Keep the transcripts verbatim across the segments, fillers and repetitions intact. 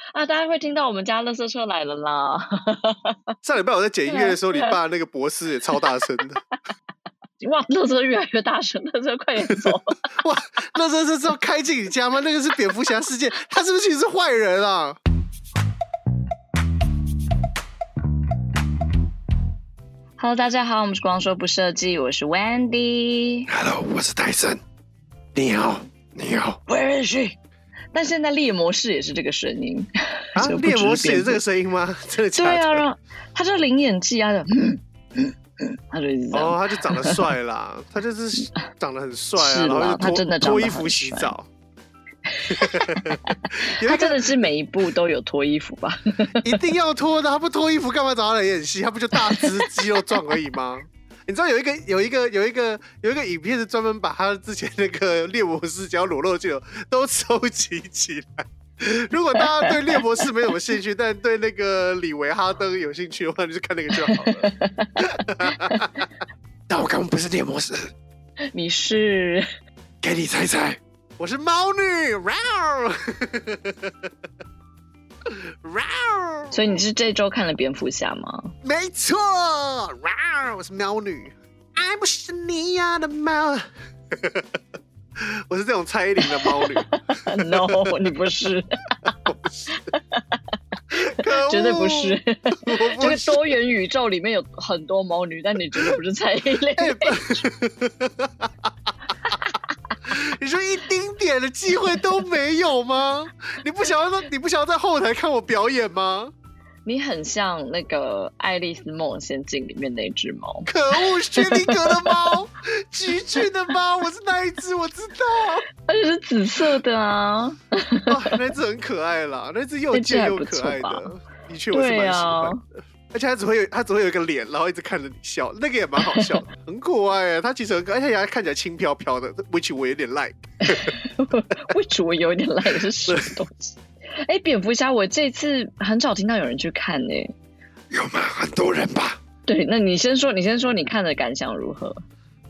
啊，大家会听到我们家垃圾车来了啦。 上礼拜我在剪音乐的时候，你爸那个博士也超大声的。 哇，垃圾越来越大声，垃圾快点走！ 哇，垃圾车是要开进你家吗？那个是蝙蝠侠事件，他是不是其实是坏人啊 ？Hello， 大家好，我们是光说不设计，我是 Wendy。 Hello， 我是戴森。你好，你好。 Where is she？ 但现在猎魔士也是这个声音啊？猎魔士也是这个声音吗？真的假的？ 对啊，让他就灵演技啊，嗯嗯嗯，他就一直这样。 哦，他就长得帅啦，他就是长得很帅啊， 是啦，他真的长得脱衣服洗澡。 他真的是每一部都有脱衣服吧？ 一定要脱的，他不脱衣服干嘛找他来演戏？他不就大只肌肉壮而已吗？你知道有一个有一个有一个有一个影片是专门把他之前那个猎魔士只要裸露就有都收集起来。如果大家对猎魔士没有兴趣，但对那个李维哈登有兴趣的话，你就看那个就好了。但我根本不是猎魔士， 你是？ 给你猜猜，我是猫女。 所以你是这周看了蝙蝠侠吗？ 没错，我是猫女，爱不是你呀的猫。我是这种蔡依林的猫女。 No， 你不是。 我不是。 绝对不是。 不是这个多元宇宙里面有很多猫女，但你绝对不是蔡依林。欸、 你说一丁点的机会都没有吗？你不想要你不想要在后台看我表演吗？ 你很像那个《爱丽丝梦仙境》里面那只猫。 可恶，薛定谔的猫，橘郡的猫，我是那一只，我知道。 而且是紫色的啊。 哇，那只很可爱啦，那只又贱又可爱的，的确我是蛮喜欢的。而且他只会有他只会有一个脸，然后一直看着你笑，那个也蛮好笑的，很可爱啊。他其实很可爱，而且他看起来轻飘飘的 ，which 我有点 like。 which 我有点 like 是什么东西？哎，蝙蝠侠，我这次很少听到有人去看呢、欸。 有吗？很多人吧。 对，那你先说，你先说，你看的感想如何？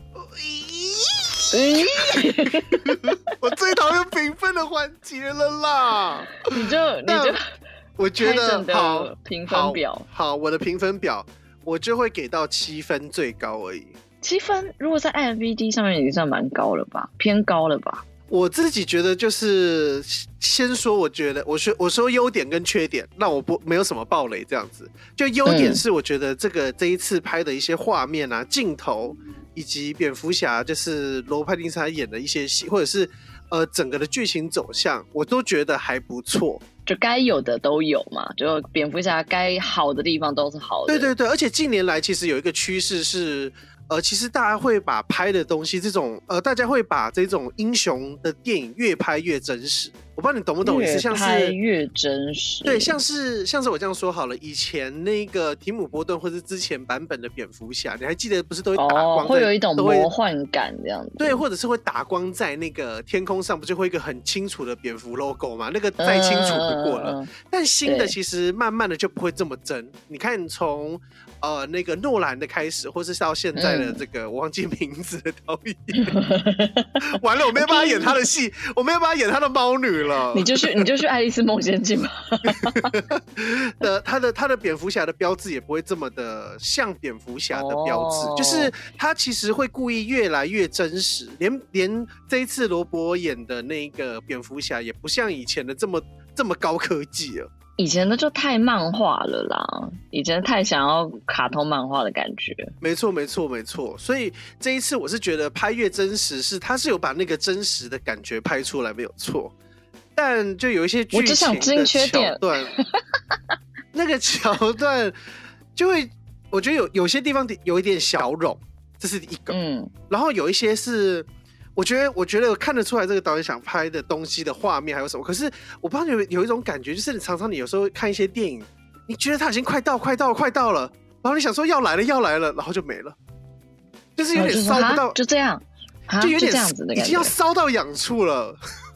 我最讨厌评分的环节了啦！ 你就你就。 我觉得好评分表好, 好，我的评分表我就会给到七分最高而已。 七分，如果在 I M D B 上面已经算蛮高了吧，偏高了吧？ 我自己觉得就是先说，我觉得我说我说优点跟缺点，那我不没有什么爆雷这样子。就优点是我觉得这个、嗯、这一次拍的一些画面啊、镜头，以及蝙蝠侠就是罗伯·派丁森他演的一些戏，或者是呃整个的剧情走向，我都觉得还不错。 就该有的都有嘛，就蝙蝠侠该好的地方都是好的。 对对对，而且近年来其实有一个趋势是，呃，其实大家会把拍的东西，这种呃，大家会把这种英雄的电影越拍越真实。我不知道你懂不懂，也是像是越拍越真实。 对，像是像是我这样说好了，以前那个提姆·波顿或是之前版本的蝙蝠侠，你还记得不是都会打光、哦， 会有一种魔幻感这样子。 对，或者是会打光在那个天空上，不就会一个很清楚的蝙蝠 logo 嘛？那个再清楚不过了。嗯、但新的其实慢慢的就不会这么真。你看从呃那个诺兰的开始，或是到现在的这个、嗯、我忘记名字的导演，完了，我没有办法演他的戏，我没有办法演他的猫女了。 你就去你就去爱丽丝梦仙境吧。 的他的他的蝙蝠侠的标志也不会这么的像蝙蝠侠的标志， oh. 就是他其实会故意越来越真实，连连这一次罗伯演的那个蝙蝠侠也不像以前的这么这么高科技了。 以前的就太漫画了啦，以前太想要卡通漫画的感觉。 没错没错没错，所以这一次我是觉得拍越真实，是他是有把那个真实的感觉拍出来，没有错。但就有一些剧情的桥段，那个桥段就会，我觉得有有些地方有一点小冗，这是一个。嗯，然后有一些是，我觉得我觉得看得出来这个导演想拍的东西的画面还有什么，可是我不知道有有一种感觉，就是你常常你有时候看一些电影，你觉得它已经快到快到快到了，然后你想说要来了要来了，然后就没了，就是有点烧不到， 就这样。 就有点已经要烧到痒处了，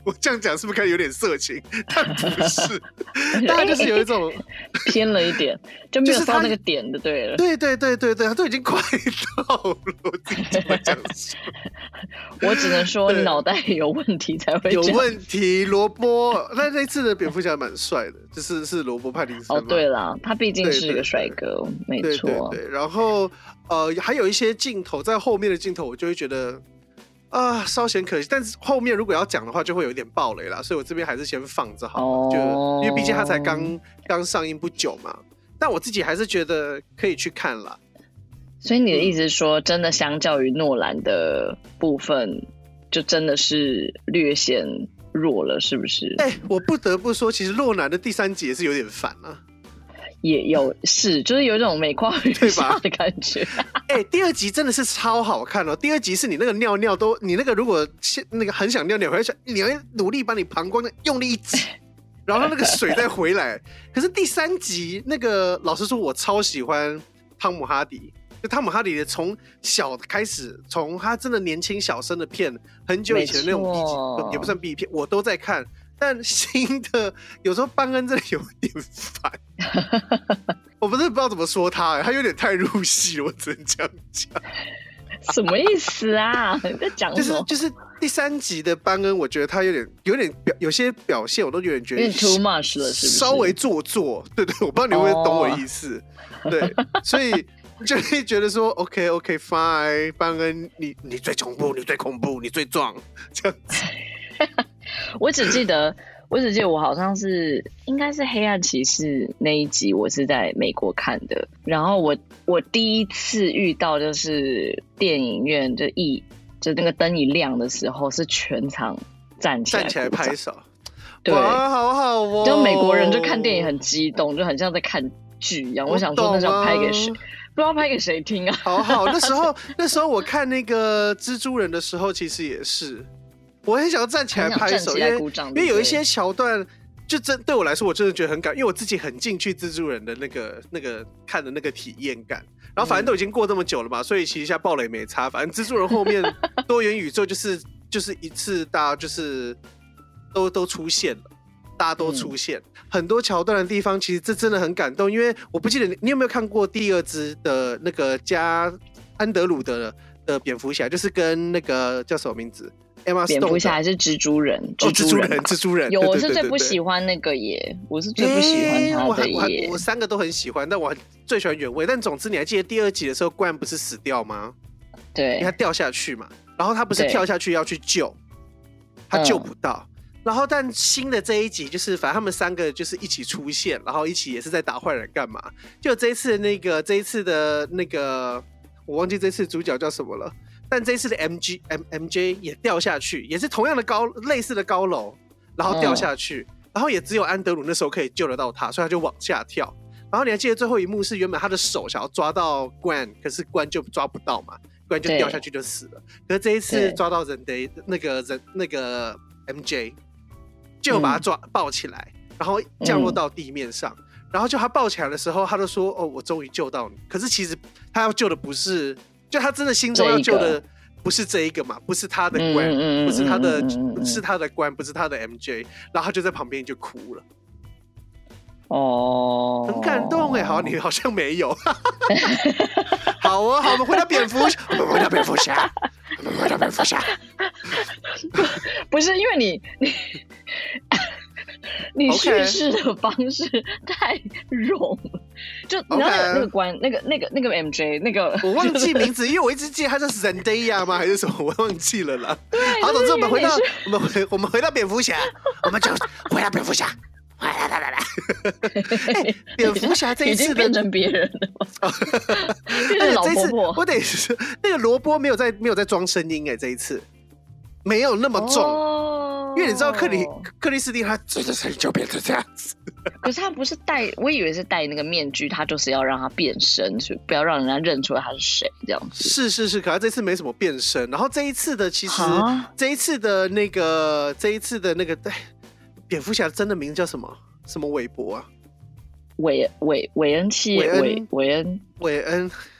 我这样讲是不是看有点色情？但不是，但他就是有一种偏了一点，就没有到那个点的，对了。 对对对对对，他都已经快到了，我自己这么讲说。 我只能说你脑袋有问题才会有问题。罗伯，那那次的蝙蝠侠蛮帅的，就是是罗伯·派丁森。 哦，对啦，他毕竟是个帅哥，没错。 对对对，然后呃，还有一些镜头在后面的镜头，我就会觉得。啊，稍显可惜，但是后面如果要讲的话，就会有一点爆雷啦，所以我这边还是先放着好了， oh. 就因为毕竟它才刚刚上映不久嘛。但我自己还是觉得可以去看啦。 所以你的意思是说，真的相较于诺兰的部分，就真的是略显弱了，是不是？ 哎、欸，我不得不说，其实诺兰的第三集也是有点烦啊。 也有是，就是有一种每况愈下的感觉。 哎、欸，第二集真的是超好看哦！第二集是你那个尿尿都，你那个如果那个很想尿尿，会想你要努力把你膀胱用力一挤，然后那个水再回来。可是第三集那个，老实说，我超喜欢汤姆哈迪。就汤姆哈迪的从小开始，从他真的年轻小生的片，很久以前的那种 B 级，也不算 B 片，我都在看。但新的有时候班恩真的有点烦，我不是不知道怎么说他、欸，他有点太入戏了，我只能这样讲。 什么意思啊？你在讲什么？ 就是就是第三集的班恩，我觉得他有点有点表有些表现，我都有点觉得有点 too much 了，是不是？ 稍微做作，对对，我不知道你会不会懂我意思。Oh. 对，所以就会觉得说 ，OK OK fine， 班恩你你最恐怖，你最恐怖，你最壮，这样子。 我只记得，我只记得我好像是应该是《黑暗骑士》那一集，我是在美国看的。然后我我第一次遇到就是电影院就一就那个灯一亮的时候，是全场站起来站起来拍手， 对， 哇，好好哦！ 就美国人就看电影很激动，就很像在看剧一样。我, 我想说那是要拍给谁？不知道拍给谁听啊？ 好好，那时候那时候我看那个蜘蛛人的时候，其实也是。我很想要站起来拍手，因为因为有一些桥段，就真对我来说，我真的觉得很感，因为我自己很进去蜘蛛人的那个那个看的那个体验感。然后反正都已经过这么久了嘛，所以其实现在爆雷没差。反正蜘蛛人后面多元宇宙就是就是一次大家就是都都出现了，大家都出现、嗯、很多桥段的地方，其实这真的很感动。因为我不记得 你, 你有没有看过第二支的那个加安德鲁的的蝙蝠侠，就是跟那个叫什么名字？ 蝙蝠侠还是蜘蛛人？ 蜘蛛人，蜘蛛人。 有，我是最不喜欢那个耶，我是最不喜欢他的耶。 我, 我三个都很喜欢，但我最喜欢原味。但总之，你还记得第二集的时候，冠不是死掉吗？ 对， 因为他掉下去嘛，然后他不是跳下去要去救，他救不到。嗯、然后，但新的这一集就是，反正他们三个就是一起出现，然后一起也是在打坏人干嘛？就这一次那个，这一次的那个，我忘记这次主角叫什么了。但这一次的 M G M M J 也掉下去，也是同样的高类似的高楼，然后掉下去，嗯、然后也只有安德鲁那时候可以救得到他，所以他就往下跳。然后你还记得最后一幕是原本他的手想要抓到 Gwen， 可是 Gwen 就抓不到嘛 ，Gwen 就掉下去就死了。可是这一次抓到人的那个人那个 M J， 就把他抓、嗯、抱起来，然后降落到地面上。嗯、然后就他抱起来的时候，他就说：“哦，我终于救到你。”可是其实他要救的不是。就他真的心中要救的不是这一个嘛，不是他的关、嗯，不是他的，嗯、是他的关，不是他的 M J， 然后他就在旁边就哭了。 哦， 很感动哎，好，你好像没有。好啊，好，我们回到蝙蝠，我们回到蝙蝠侠，我们回到蝙蝠侠。 不是因为你你。你叙事的方式太冗了，就你知道那个关、okay. 那个那个那个 M J 那个， 我忘记名字，因为我一直记得他叫 Zendaya 吗？还是什么？我忘记了啦。好，总之我们回到我们回我们回到蝙蝠侠，我们就回到蝙蝠侠。来来来来，欸、蝙蝠侠这一次的已经变成别人了吗？变成老婆婆。 我得说，那个罗波没有在没有在装声音哎、欸，这一次没有那么重。Oh.因为你知道克里克里斯汀他这声音就变成这样子， 可是他不是戴，我以为是戴那个面具，他就是要让他变身，所以不要让人家认出来他是谁这样子。 是是是，可他这次没什么变身。然后这一次的其实这一次的那个这一次的那个蝙蝠侠真的名字叫什么？什么韦伯啊？ 韦韦韦恩气韦韦恩韦恩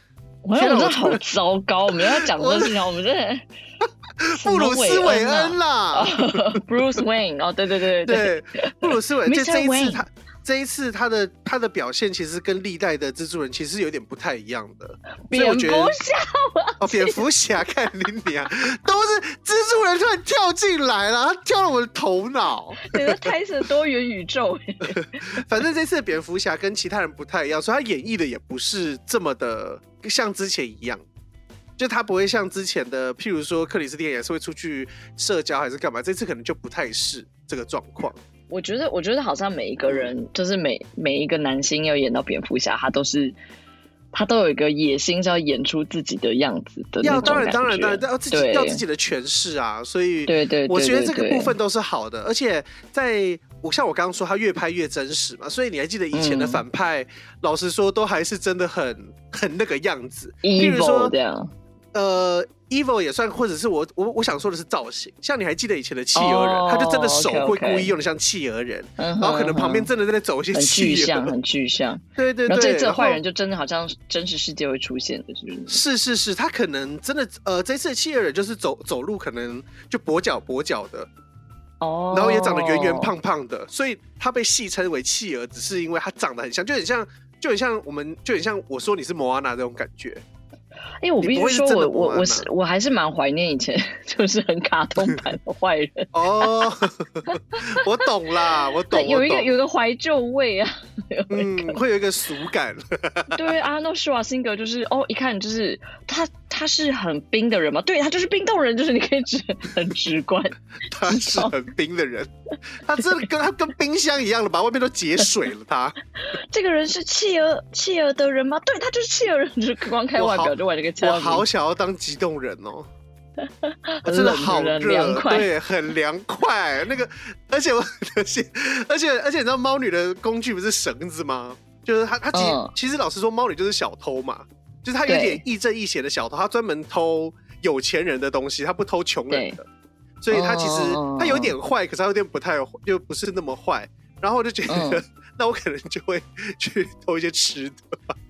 我觉得我真的好糟糕，我们要讲这事情，我们真的。 布鲁斯韦恩啦、 哦、，Bruce Wayne 哦，对对对对对，布鲁斯韦恩，就这一次他这一次他的他的表现其实跟历代的蜘蛛人其实有点不太一样的， 蝙蝠侠哦，蝙蝠侠看你俩都是蜘蛛人突然跳进来了，他跳了我的头脑， 你的胎是多元宇宙。 反正这次的蝙蝠侠跟其他人不太一样，所以他演绎的也不是这么的像之前一样。就他不会像之前的，譬如说克里斯汀也是会出去社交还是干嘛，这次可能就不太是这个状况。 我觉得，我觉得好像每一个人，就是每每一个男星要演到蝙蝠侠，他都是他都有一个野心，是要演出自己的样子的那种感觉。要当然当然当然要自己要自己的诠释啊，所以对对，我觉得这个部分都是好的。而且在我像我刚刚说，他越拍越真实嘛，所以你还记得以前的反派，嗯、老实说都还是真的很很那个样子，譬如说这样。呃 ，evil 也算，或者是我我我想说的是造型，像你还记得以前的企鹅人， oh, 他就真的手会故意用的像企鹅人， okay, okay. 然后可能旁边真的在走一些企鹅，很具象，很具象。对对对，然后这次坏人就真的好像真实世界会出现的，是不是？是是是，他可能真的呃，这次的企鹅人就是走走路可能就跛脚跛脚的。哦， oh. 然后也长得圆圆胖胖的，所以他被戏称为企鹅，只是因为他长得很像，就很像，就很像我们，就很像我说你是莫阿娜这种感觉。因为我必须说我，我我我是我还是蛮怀念以前就是很卡通版的坏人哦，我懂啦，我懂，有一个有一个怀旧味啊，嗯，会有一个俗感。对，阿诺施瓦辛格就是哦，一看就是他他是很冰的人嘛，对他就是冰冻人，就是你可以直很直观，他是很冰的人，他真的跟他跟冰箱一样了吧，外面都结水了他。这个人是企鹅企鹅的人吗？对，他就是企鹅人，就是光看外表就完全。我好想要当极冻人哦，真的好热，对，很凉快。那个，而且我，而且，而且，而且，你知道猫女的工具不是绳子吗？就是她，她其实、嗯、其实老实说，猫女就是小偷嘛，就是她有点亦正亦邪的小偷，她专门偷有钱人的东西，她不偷穷人的，所以她其实她有点坏，可是她有点不太，就不是那么坏。然后我就觉得，嗯、那我可能就会去偷一些吃的。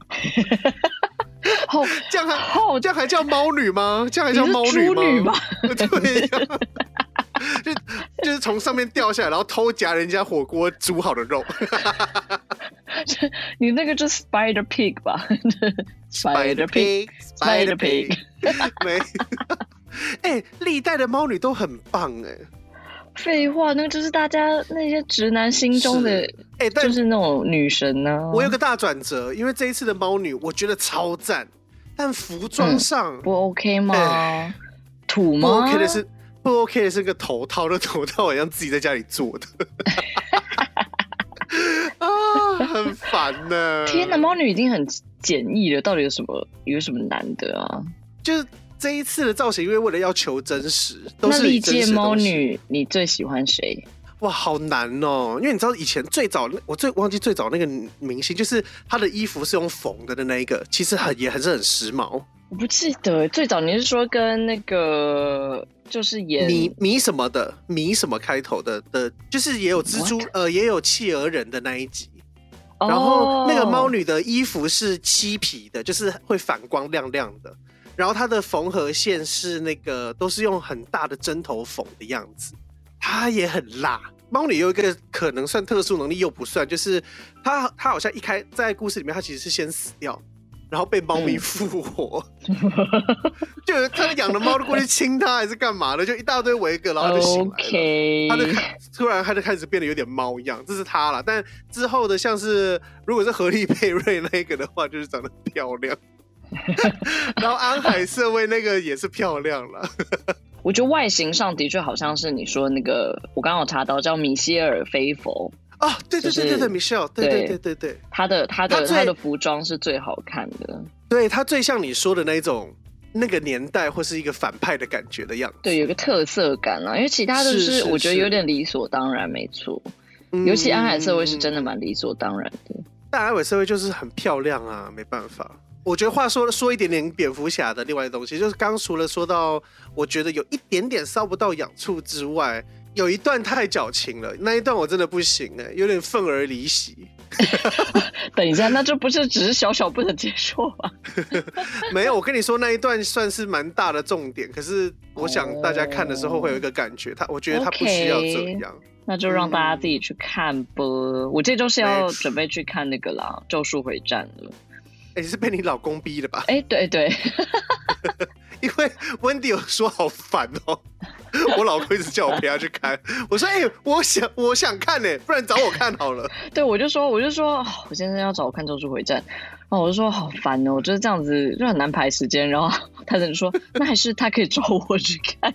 哦，这样还哦，这样还叫猫女吗？这样还叫猫女吗？女吧对呀、啊，就就是从上面掉下来，然后偷夹人家火锅煮好的肉。你那个就是 Spider Pig 吧 ？Spider Pig，Spider Pig。没，哎、欸，历代的猫女都很棒哎、欸。废话，那个就是大家那些直男心中的，哎、欸，就是那种女神啊。我有个大转折，因为这一次的猫女，我觉得超赞，但服装上、嗯、不 OK 吗？欸、土吗？不 OK 的是不 OK 的是个头套，那头套好像自己在家里做的，啊，很烦呢。天哪，猫女已经很简易了，到底有什么有什么难的啊？就是。这一次的造型，因为为了要求真实，都是历届猫女，你最喜欢谁？哇，好难哦！因为你知道以前最早，我最忘记最早那个明星，就是他的衣服是用缝的的那一个，其实很也还是很时髦。我不记得最早你是说跟那个就是演米米什么的米什么开头的的，就是也有蜘蛛 What? 呃也有企鹅人的那一集。然后那个猫女的衣服是漆皮的，就是会反光亮亮的。然后它的缝合线是那个都是用很大的针头缝的样子，它也很辣。猫女有一个可能算特殊能力又不算，就是它它好像一开在故事里面，它其实是先死掉，然后被猫咪复活，嗯、就他养的猫都过去亲它还是干嘛的，就一大堆围个，然后就醒来了， okay. 他就突然他就开始变得有点猫一样，这是他啦。但之后的像是如果是荷丽贝瑞那个的话，就是长得很漂亮。然后安海瑟薇那个也是漂亮了。我觉得外形上的确好像是你说那个，我刚刚有查到叫米歇尔·菲佛哦，对对对对对，米歇尔，对对对对对，他的他的他的服装是最好看的，对他最像你说的那种那个年代或是一个反派的感觉的样子，对，有个特色感啊，因为其他的是我觉得有点理所当然，没错，尤其安海瑟薇是真的蛮理所当然的，但安海瑟薇就是很漂亮啊，没办法。我觉得话说说一点点蝙蝠侠的另外的东西，就是刚除了说到我觉得有一点点搔不到痒处之外，有一段太矫情了，那一段我真的不行哎、欸，有点愤而离席。 等一下，那这不是只是小小不能接受吗？ 没有，我跟你说那一段算是蛮大的重点，可是我想大家看的时候会有一个感觉，他我觉得他不需要这样。Okay, 那就让大家自己去看吧。嗯、我这周是要准备去看那个啦，《咒术回战》了。 哎、欸，是被你老公逼的吧？ 哎、欸，对对。 因为 Wendy 有说好烦哦，我老公一直叫我陪他去看，我说哎、欸，我想我想看呢、欸，不然找我看好了。 对，我就说我就说、哦、我先生要找我看《咒术回战》，然后我就说好烦哦，我就是这样子就很难排时间，然后他就说那还是他可以找我去看。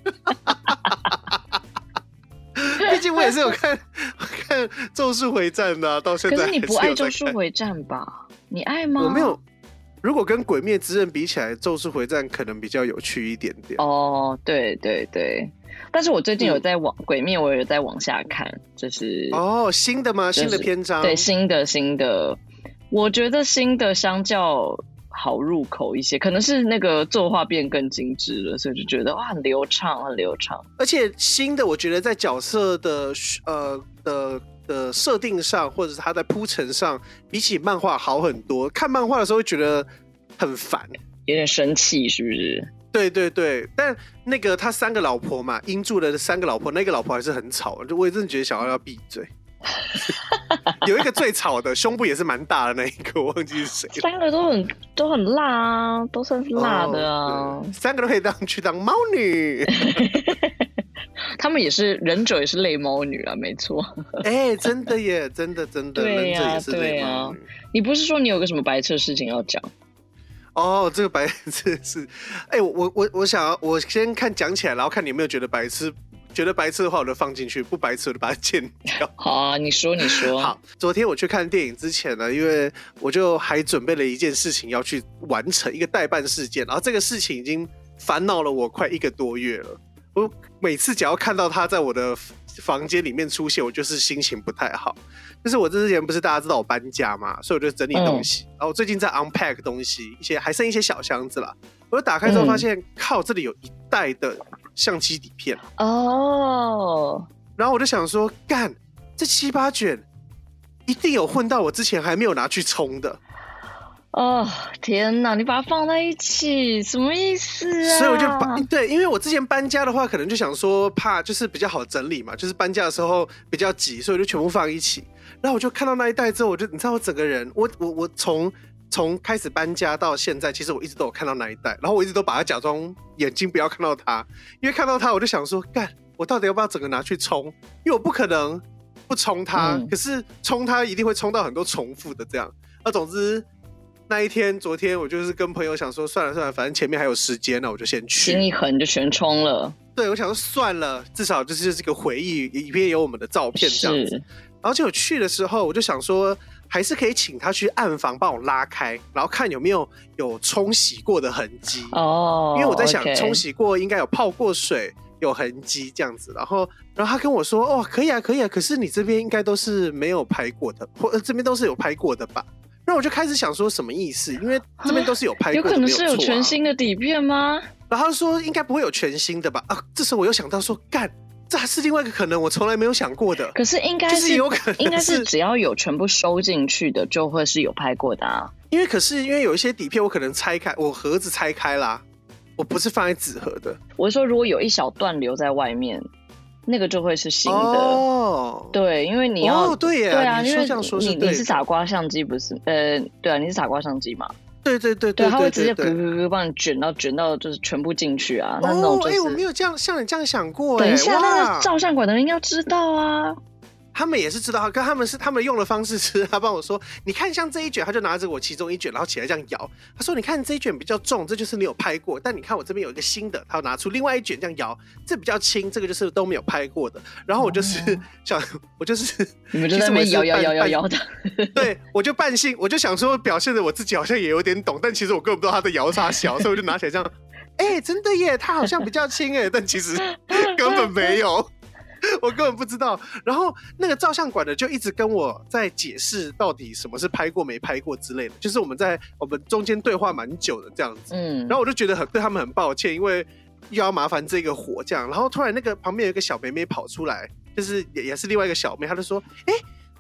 毕竟我也是有看看《咒术回战》的、啊，到现在可是你不爱《咒术回战》吧？你爱吗？ 我没有。如果跟《鬼灭之刃》比起来，《咒术回战》可能比较有趣一点点。 哦，对对对，但是我最近有在往《鬼灭》，我有在往下看，就是哦，新的吗？就是、新的篇章？ 对，新的新的，我觉得新的相较好入口一些，可能是那个作画变更精致了，所以就觉得哇，很流畅，很流畅。 而且新的，我觉得在角色的呃的。的设定上，或者是他在铺陈上，比起漫画好很多。看漫画的时候会觉得很烦， 有点生气，是不是？ 对对对，但那个他三个老婆嘛，英柱的三个老婆，那个老婆还是很吵，我也真的觉得小孩要闭嘴。有一个最吵的，胸部也是蛮大的那一个，我忘记是谁了。 三个都很都很辣啊，都算是辣的啊。 哦、三个都可以当去当猫女。 他们也是忍者，也是类猫女啊，没错。 哎、欸，真的耶，真的真的，忍者也是类猫女、啊。 你不是说你有个什么白痴的事情要讲？ 哦，这个白痴是，哎、欸，我我我想要，我先看讲起来，然后看你有没有觉得白痴。觉得白痴的话，我就放进去；不白痴，我就把它剪掉。 好啊，你说，你说。 好，昨天我去看电影之前呢，因为我就还准备了一件事情要去完成，一个代办事件，然后这个事情已经烦恼了我快一个多月了。我每次只要看到他在我的房间里面出现，我就是心情不太好。就是我之前不是大家知道我搬家嘛，所以我就整理东西。嗯、然后我最近在 unpack 东西，一些还剩一些小箱子啦。我就打开之后发现，嗯、靠，这里有一袋的相机底片哦。然后我就想说，干，这七八卷一定有混到我之前还没有拿去冲的。 哦，天哪！你把它放在一起，什么意思啊？ 所以我就把对，因为我之前搬家的话，可能就想说怕就是比较好整理嘛，就是搬家的时候比较急，所以我就全部放一起。然后我就看到那一袋之后，我就你知道我整个人，我我我从从开始搬家到现在，其实我一直都有看到那一袋，然后我一直都把它假装眼睛不要看到它，因为看到它我就想说，干，我到底要不要整个拿去冲？因为我不可能不冲它，嗯、可是冲它一定会冲到很多重复的这样。那总之。那一天，昨天我就是跟朋友想说，算了算了，反正前面还有时间，那我就先去。 心一横就全冲了。 对，我想说算了，至少就是就是个回忆，里面有我们的照片这样子。然后结果去的时候，我就想说，还是可以请他去暗房帮我拉开，然后看有没有有冲洗过的痕迹。哦，因为我在想， okay. 冲洗过应该有泡过水，有痕迹这样子。然后，然后他跟我说，哦，可以啊，可以啊，可是你这边应该都是没有拍过的，或这边都是有拍过的吧？那我就开始想说什么意思，因为这边都是有拍过的， 有可能是有全新的底片吗？ 然后他说应该不会有全新的吧？啊，这时候我又想到说，干，这还是另外一个可能，我从来没有想过的。 可是应该是、 就是、有可能是， 应该是只要有全部收进去的，就会是有拍过的啊。 因为可是因为有一些底片，我可能拆开，我盒子拆开啦，我不是放在纸盒的。 我是说，如果有一小段留在外面。那个就会是新的哦，对，因为你要哦，对呀， 对啊， 你说这样说是对的， 因为你你是傻瓜相机不是？呃，对啊，你是傻瓜相机嘛？ 对对对对， 他会直接咯咯咯帮你卷到卷到就是全部进去啊。那哦， 哎、 欸，我没有这样像你这样想过。 等一下，那个照相馆的人应该知道啊。 他们也是知道，可他们是他们用的方式是，他帮我说，你看像这一卷，他就拿着我其中一卷，然后起来这样摇。他说，你看这一卷比较重，这就是你有拍过。但你看我这边有一个新的，他拿出另外一卷这样摇，这比较轻，这个就是都没有拍过的。然后我就是想，哦、我就是你们就在那边摇摇摇摇摇的。 对，我就半信，我就想说表现的我自己好像也有点懂，但其实我根本不知道他的摇差小，所以我就拿起来这样，哎、欸，真的耶，他好像比较轻哎，但其实根本没有。我根本不知道，然后那个照相馆的就一直跟我在解释到底什么是拍过没拍过之类的，就是我们在我们中间对话蛮久的这样子，嗯，然后我就觉得很对他们很抱歉，因为又要麻烦这个活这样，然后突然那个旁边有一个小妹妹跑出来，就是 也, 也是另外一个小妹，她就说，哎、欸，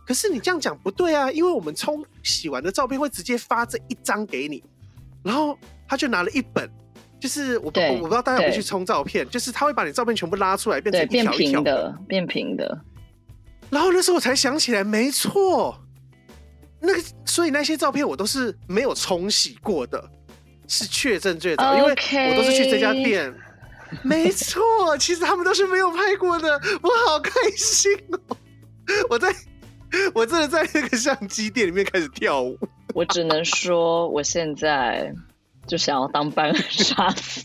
可是你这样讲不对啊，因为我们冲洗完的照片会直接发这一张给你，然后他就拿了一本，就是我我不知道大家有没有去冲照片，就是他会把你照片全部拉出来变成一条一条的， 变平的。 然后那时候我才想起来，没错，那个所以那些照片我都是没有冲洗过的，是确证最早， okay. 因为我都是去这家店。没错，其实他们都是没有拍过的，我好开心哦！我在，我真的在那个相机店里面开始跳舞。 我只能说，我现在就想要当班杀死。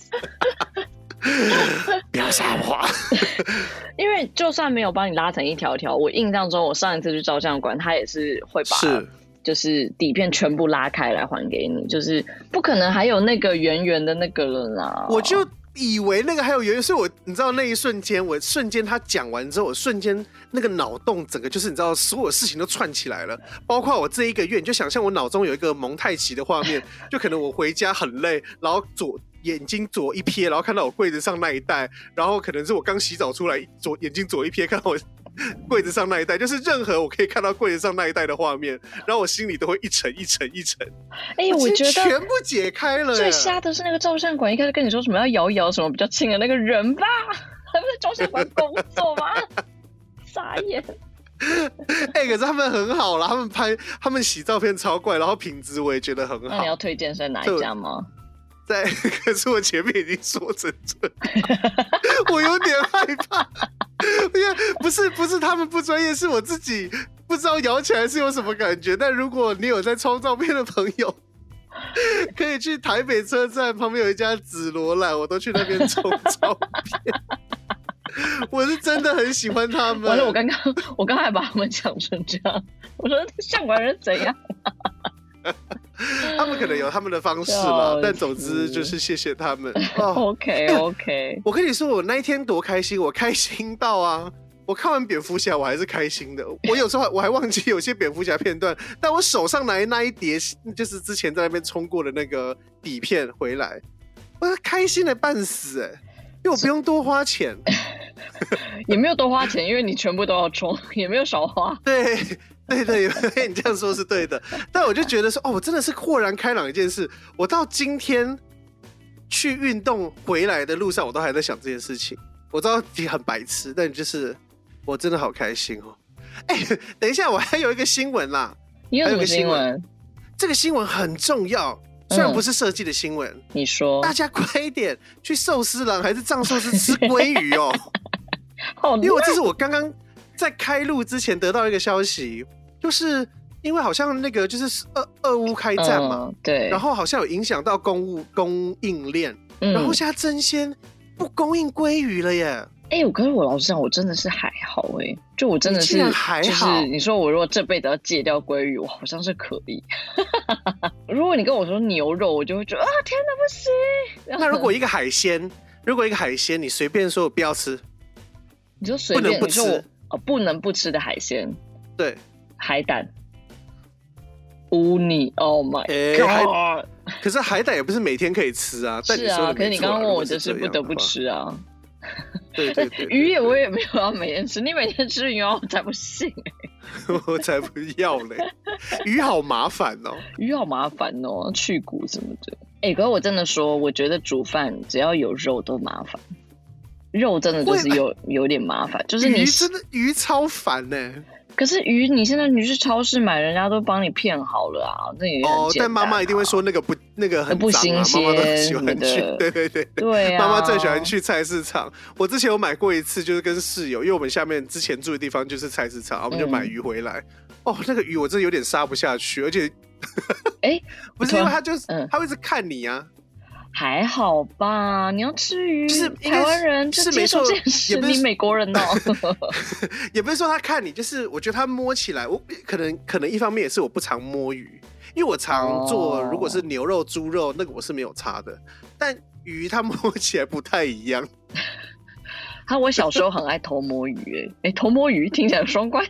不要撒谎。 因为就算没有帮你拉成一条条，我印象中我上一次去照相馆，他也是会把就是底片全部拉开来还给你，就是不可能还有那个圆圆的那个了啦。 我就以为那个还有原因，所以我你知道那一瞬间，我瞬间他讲完之后，我瞬间那个脑洞整个就是你知道所有事情都串起来了，包括我这一个月，你就想象我脑中有一个蒙太奇的画面，就可能我回家很累，然后左眼睛左一瞥，然后看到我柜子上那一袋，然后可能是我刚洗澡出来，左眼睛左一瞥看到我柜子上那一袋，就是任何我可以看到柜子上那一袋的画面，然后我心里都会一层一层一层。 哎、欸，我觉得全部解开了。 最瞎的是那个照相馆一开始跟你说什么要摇一摇什么比较轻的那个人吧，他们在照相馆工作吗？傻眼。 哎、欸，可是他们很好啦，他们拍他们洗照片超怪，然后品质我也觉得很好。 那你要推荐是哪一家吗？ 在，可是我前面已经说成这样，我有点害怕，因为不是不是他们不专业，是我自己不知道摇起来是有什么感觉。但如果你有在冲照片的朋友，可以去台北车站旁边有一家紫罗兰，我都去那边冲照片。我是真的很喜欢他们。 完了，我刚刚我刚才把他们讲成这样，我说相馆人怎样？ 他们可能有他们的方式啦，但总之就是谢谢他们。 哦、OK OK， 我跟你说，我那一天多开心，我开心到啊！我看完蝙蝠侠，我还是开心的。我有时候我还忘记有些蝙蝠侠片段，但我手上拿那一叠就是之前在那边冲过的那个底片回来，我开心的半死哎、欸，因为我不用多花钱， 也没有多花钱，因为你全部都要冲，也没有少花。 对。对对，你这样说是对的，但我就觉得说，哦，我真的是豁然开朗一件事。我到今天去运动回来的路上，我都还在想这件事情。我知道你很白痴，但就是我真的好开心哦。哎，等一下，我还有一个新闻啦。 你有什么新闻？ 这个新闻很重要，虽然不是设计的新闻、嗯。 你说， 大家快一点去寿司郎还是藏寿司吃鲑鱼哦。因为我这是我刚刚在开录之前得到一个消息。就是因为好像那个就是俄俄乌开战嘛、 嗯，对， 然后好像有影响到公务供应链、嗯，然后现在争先不供应鲑鱼了耶。 哎、欸，我跟我老实讲，我真的是还好哎、欸，就我真的是还好。 就是你说我如果这辈子要戒掉鲑鱼，我好像是可以。如果你跟我说牛肉，我就会觉得啊，天哪，不行。 那如果一个海鲜，如果一个海鲜，你随便说我不要吃， 你就随便不能不吃， 你说我、哦、不能不吃的海鲜， 对。 海胆、乌尼 ，Oh my God！、 欸、可是海胆也不是每天可以吃啊。但你说的没错啊， 是啊，可是你刚刚问我就是不得不吃啊。 对对 对, 对, 对， 鱼也我也没有要每天吃，你每天吃鱼我才不信哎、欸！我才不要嘞，鱼好麻烦哦， 鱼好麻烦哦，去骨什么的。哎、欸，可是我真的说，我觉得煮饭只要有肉都麻烦。肉真的就是有有点麻烦，就是你鱼真的鱼超烦呢、欸。 可是鱼，你现在你去超市买，人家都帮你片好了啊，那也很简单、啊、哦。 但妈妈一定会说那个不那个很、啊、 不新鲜， 妈妈都喜欢去，对对对对啊。 妈妈最喜欢去菜市场。我之前有买过一次，就是跟室友，因为我们下面之前住的地方就是菜市场，我们就买鱼回来。嗯、哦，那个鱼我真的有点杀不下去，而且，哎、欸，不是因为他就是、嗯、他会一直看你啊。 还好吧，你要吃鱼， 就是台湾人就接受现实，你美国人哦。 也不是说他看你，就是我觉得他摸起来，我可能可能一方面也是我不常摸鱼，因为我常做，如果是牛肉、猪肉那个我是没有差的，但鱼它摸起来不太一样。 他我小时候很爱偷摸鱼、欸，哎、欸，偷摸鱼听起来双关，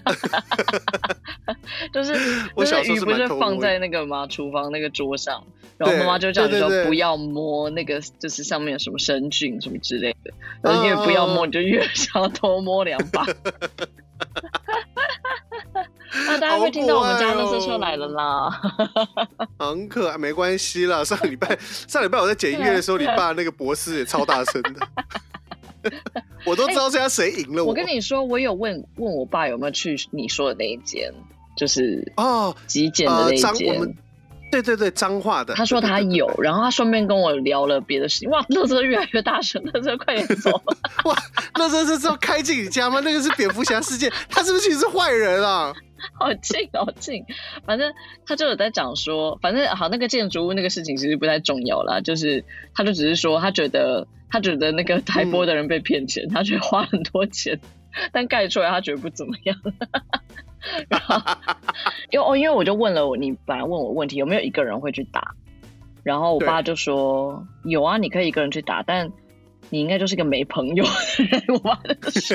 就是我小时候是鱼不是放在那个嘛厨房那个桌上，然后妈妈就叫你说不要摸那个，就是上面有什么生菌什么之类的，然后越不要摸你就越想要偷摸两把。 大家会听到我们家垃圾车来了啦。 很可爱，没关系啦。上礼拜上礼拜我在剪音乐的时候，你爸那个博士也超大声的，我都知道现在谁赢了我。 我跟你说，我有问问我爸有没有去你说的那一间，就是哦极简的那一间。呃对对对，彰化的。 他说他有， 对对对对， 然后他顺便跟我聊了别的事情。哇，垃圾越来越大声，垃圾快点走！ 哇，垃圾是要开进你家吗？那个是蝙蝠侠事件，他是不是其实是坏人啊？ 好近好近，反正他就有在讲说，反正好那个建筑物那个事情其实不太重要啦，就是他就只是说他觉得他觉得那个台玻的人被骗钱，嗯、他觉得花很多钱，但盖出来他觉得不怎么样。然后，因为哦，因为我就问了我，你本来问我问题有没有一个人会去打，然后我爸就说有啊，你可以一个人去打，但你应该就是个没朋友的人。我爸就说，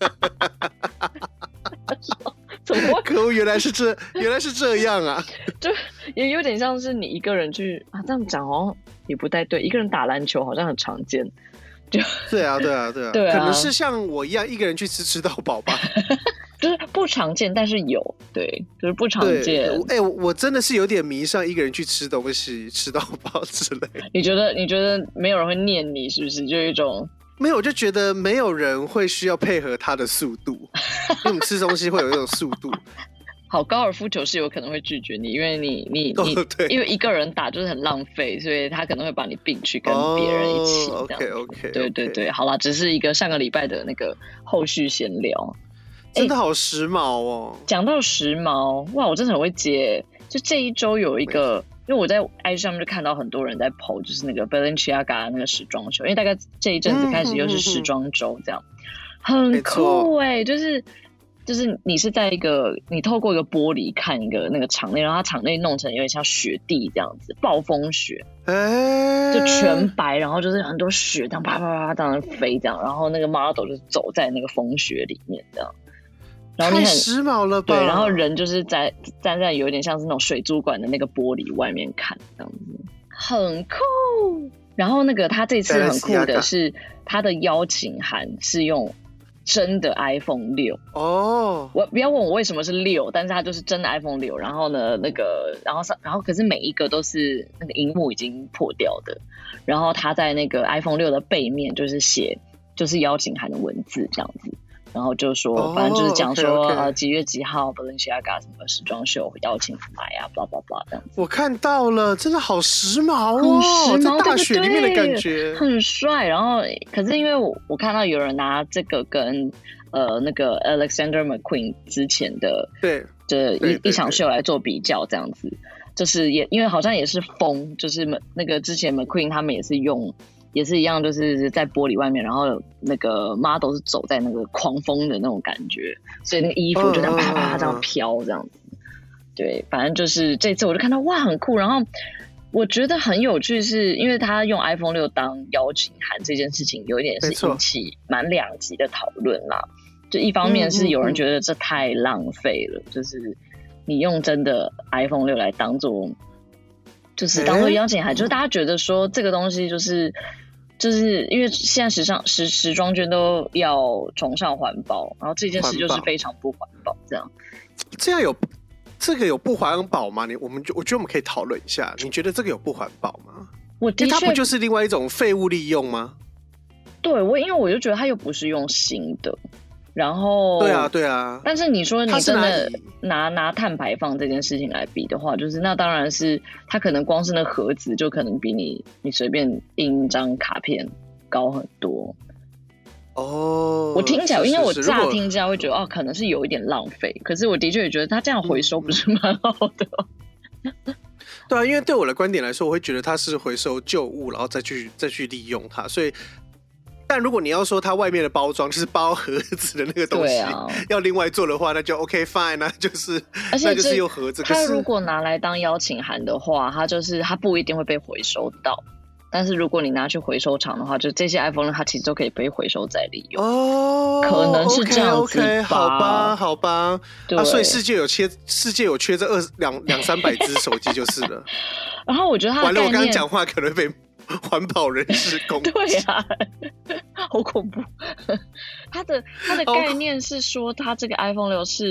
怎么可恶，原来是这原来是这样啊！ 就也有点像是你一个人去啊，这样讲好像也不太对，一个人打篮球好像很常见。就对啊，对啊，对啊，对啊，可能是像我一样一个人去吃吃到饱吧。 就是不常见，但是有，对，就是不常见。 哎、欸，我真的是有点迷上一个人去吃东西，吃到饱之类。 你觉得？你觉得没有人会念你，是不是？就有一种没有，我就觉得没有人会需要配合他的速度，因为我们吃东西会有一种速度。 好，高尔夫球是有可能会拒绝你，因为你你你、哦，因为一个人打就是很浪费，所以他可能会把你并去跟别人一起。 哦、OK OK， 对对对，好啦，只是一个上个礼拜的那个后续闲聊。 真的好时髦哦！ 讲到时髦，哇，我真的很会接。就这一周有一个，因为我在 I G 上面就看到很多人在 po， 就是那个 Balenciaga 那个时装秀，因为大概这一阵子开始又是时装周，这样、嗯、很酷哎、欸！就是就是你是在一个你透过一个玻璃看一个那个场内，然后它场内弄成有点像雪地这样子，暴风雪，欸、就全白，然后就是很多雪这样啪啪啪啪这样飞这样，然后那个 model 就走在那个风雪里面这样。然后你很太时髦了吧？ 对，然后人就是在站在有点像是那种水族馆的那个玻璃外面看，这样子很酷。然后那个他这次很酷的是，他的邀请函是用真的 iPhone 六哦。我不要问我为什么是六，但是他就是真的 iPhone 六。然后呢，那个然后然后可是每一个都是那个萤幕已经破掉的。然后他在那个 iPhone 六的背面就是写就是邀请函的文字这样子。然后就说，反正就是讲说， oh, okay, okay. 呃，几月几号 Balenciaga 什么时装秀邀请来啊 ，blah blah blah 这样子。 我看到了，真的好时髦哦，很时髦，在大雪里面的感觉， 很帅。然后，可是因为我我看到有人拿这个跟呃那个 Alexander McQueen 之前的对的一一场秀来做比较，这样子，就是也因为好像也是风，就是那个之前 McQueen 他们也是用。也是一样，就是在玻璃外面，然后那个 model 是走在那个狂风的那种感觉，所以那个衣服就这样啪啪啪这样飘这样子。对，反正就是这次我就看到哇很酷，然后我觉得很有趣是，因为他用 iPhone 六当邀请函这件事情，有一点是引起蛮两极的讨论啦。就一方面是有人觉得这太浪费了，嗯嗯嗯就是你用真的 iPhone 六来当做，就是当做邀请函，欸、就是大家觉得说这个东西就是。就是因为现在时尚时时装圈都要崇尚环保，然后这件事就是非常不环保，这样。 这样有这个有不环保吗？你我们我觉得我们可以讨论一下，你觉得这个有不环保吗？ 我的确， 它不就是另外一种废物利用吗？ 对，我因为我就觉得它又不是用新的。然后对啊对啊， 但是你说你真的拿拿碳排放这件事情来比的话，就是那当然是它可能光是那盒子就可能比你你随便印一张卡片高很多哦。我听起来，因为我乍听起来会觉得哦，可能是有一点浪费，可是我的确也觉得它这样回收不是蛮好的。 嗯、对啊，因为对我的观点来说，我会觉得它是回收旧物，然后再去再去利用它，所以。但如果你要说它外面的包装就是包盒子的那个东西，啊、要另外做的话，那就 OK fine， 那就是那就是用盒子。 它如果拿来当邀请函的话，它就是它不一定会被回收到。但是如果你拿去回收厂的话，就这些 iPhone 它其实都可以被回收再利用。哦，可能是这样子吧。 Okay, okay, 好吧，好吧。啊，所以世界有缺，世界有缺这二两两三百只手机就是了。 然后我觉得它的完了，我刚刚讲话可能被。环保人士攻击， 对啊，好恐怖。他的他的概念是说，他这个 iPhone 六是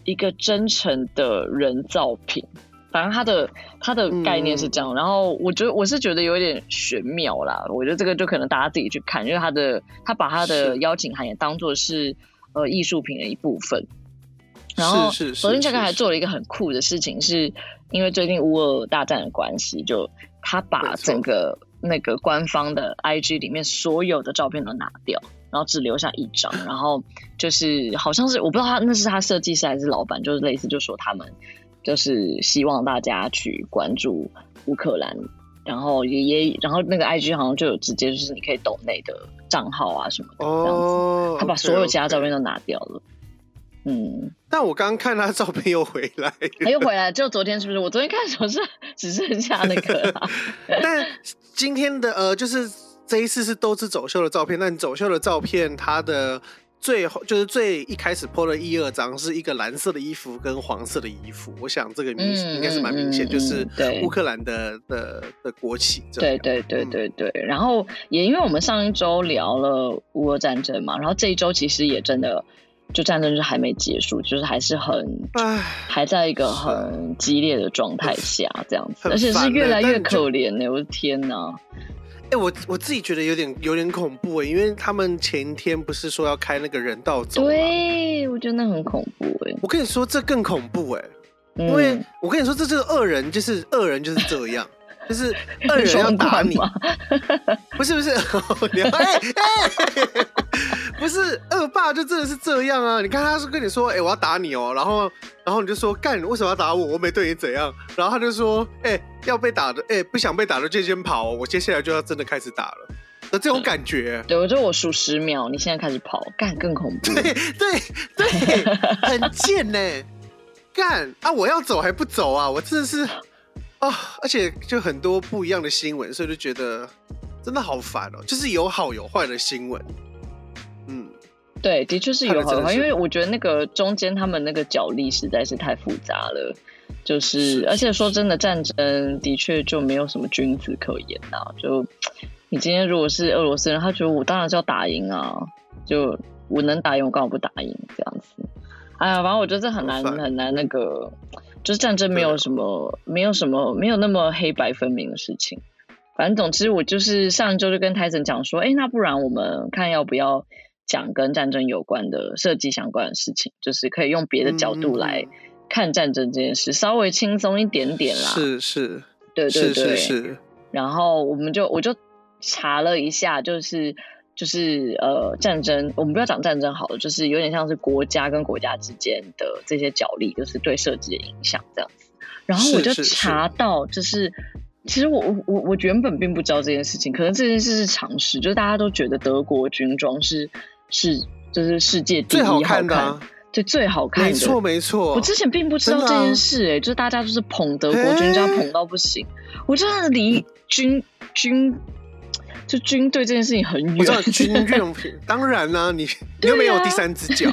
一个真诚的人造品。反正他的他的概念是这样，嗯、然后我觉得我是觉得有点玄妙啦。我觉得这个就可能大家自己去看，因为他的他把他的邀请函也当作是呃艺术品的一部分。然后昨天这个还做了一个很酷的事情，是因为最近乌俄大战的关系，就他把整个那个官方的 I G 里面所有的照片都拿掉，然后只留下一张，然后就是好像是我不知道他那是他设计师还是老板，就是类似就说他们。就是希望大家去关注乌克兰，然后也也，然后那个 I G 好像就有直接就是你可以抖内的账号啊什么的，这样子。 哦， 他把所有其他照片都拿掉了。嗯， 但我刚刚看他照片又回来， 他又回来，就昨天是不是？我昨天看的时候是只剩下那个啦。 但今天的呃，就是这一次是都是走秀的照片，但走秀的照片它的。最后就是最一开始 po 的一二张是一个蓝色的衣服跟黄色的衣服，我想这个明、嗯、应该是蛮明显、嗯，就是乌克兰的的的国旗。 对对对对对、嗯。然后也因为我们上一周聊了乌俄战争嘛，然后这一周其实也真的就战争就还没结束，就是还是很还在一个很激烈的状态下这样子，而且是越来越可怜呢、欸！我的天哪！ 哎、欸，我我自己觉得有点有点恐怖哎、欸，因为他们前天不是说要开那个人道走吗？ 对，我觉得那很恐怖哎、欸。 我跟你说，这更恐怖哎、欸嗯，因为我跟你说，这这个恶人就是恶人就是这样，就是恶人要打你，不是不是，哎哎，不是恶霸就真的是这样啊！你看他是跟你说，哎、欸，我要打你哦、喔，然后然后你就说干，为什么要打我？我没对你怎样？然后他就说，哎、欸。要被打的，哎、欸，不想被打的就先跑、哦，我接下来就要真的开始打了的这种感觉。 对，我就我数十秒，你现在开始跑，干更恐怖。 对对对，很贱呢，干啊！我要走还不走啊！我真的是啊、哦，而且就很多不一样的新闻，所以就觉得真的好烦哦。就是有好有坏的新闻，嗯， 对，的确是有好有坏，因为我觉得那个中间他们那个角力实在是太复杂了。就是，是而且说真的，战争的确就没有什么君子可言啊。就你今天如果是俄罗斯人，他觉得我当然是要打赢啊，就我能打赢，我干嘛不打赢这样子？哎呀，反正我觉得这很难很难那个，就是战争没有什么没有什么没有那么黑白分明的事情。反正总之，我就是上一周就跟泰森讲说，哎，那不然我们看要不要讲跟战争有关的设计相关的事情，就是可以用别的角度来。嗯看战争这件事稍微轻松一点点啦， 是是， 对对对， 是是是。 然后我们就我就查了一下，就是就是呃战争，我们不要讲战争好了，就是有点像是国家跟国家之间的这些角力，就是对设计的影响这样子。然后我就查到，就是。是是是其实我我我原本并不知道这件事情，可能这件事是常识，就是大家都觉得德国军装是是就是世界第一好看，最好看的啊。对，最好看的， 没错没错。 我之前并不知道这件事、欸，哎、啊，就是大家就是捧德国军装捧到不行，我真的离军军就军队这件事情很远。 我知道军用品，当然啦、啊，你你又没有第三只脚。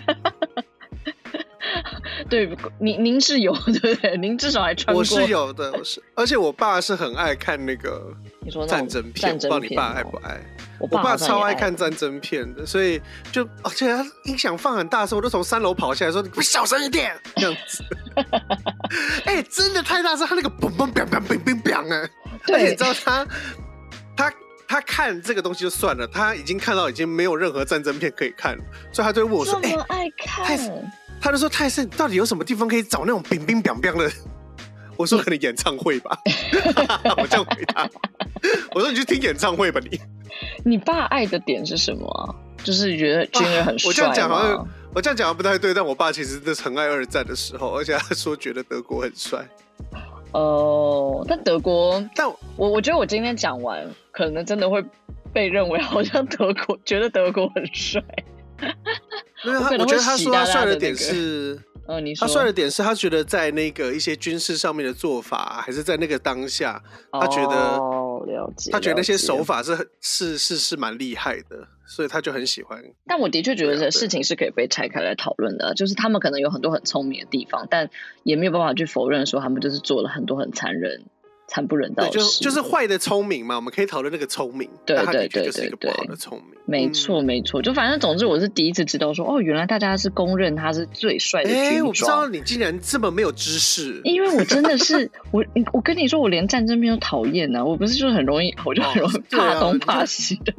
对，您您是有对不对？您至少还穿过。 我是有的，我是，而且我爸是很爱看那个战争片， 战争片我不知道你爸爱不爱？我爸, 我爸超爱看战争片的，所以就而且他音响放很大声，我都从三楼跑下来说：“你小声一点。”这样子。哎、欸，真的太大声，他那个嘣嘣嘣嘣嘣嘣嘣哎！而且你知道他他他看这个东西就算了，他已经看到已经没有任何战争片可以看了，所以他就问我说：“ 这么爱看？” 欸他就说：“泰森，到底有什么地方可以找那种冰冰冰冰的？”我说：“可能演唱会吧。”我这样回答。我说：“你去听演唱会吧，你。” 你爸爱的点是什么啊？就是觉得军人很帅、啊。我这样讲好像， 我这样讲不太对，但我爸其实是很爱二战的时候，而且他说觉得德国很帅。 哦、呃，但德国，但我我觉得我今天讲完，可能真的会被认为好像德国觉得德国很帅。 因为他，我觉得他说他帅的点是， 嗯，你说他帅的点是他觉得在那个一些军事上面的做法，还是在那个当下，他觉得， 哦，了解， 他觉得那些手法是是是是蛮厉害的，所以他就很喜欢。 但我的确觉得事情是可以被拆开来讨论的，就是他们可能有很多很聪明的地方，但也没有办法去否认说他们就是做了很多很残忍惨不忍睹。 对，就就是坏的聪明嘛，我们可以讨论那个聪明， 对对对对对， 就是一个不好的聪明。 没错、嗯、没错，就反正总之我是第一次知道说，哦，原来大家是公认他是最帅的军装。哎， 我不知道你竟然这么没有知识。 因为我真的是我我跟你说，我连战争片都讨厌呢，我不是就是很容易，我就很容易怕东怕西的。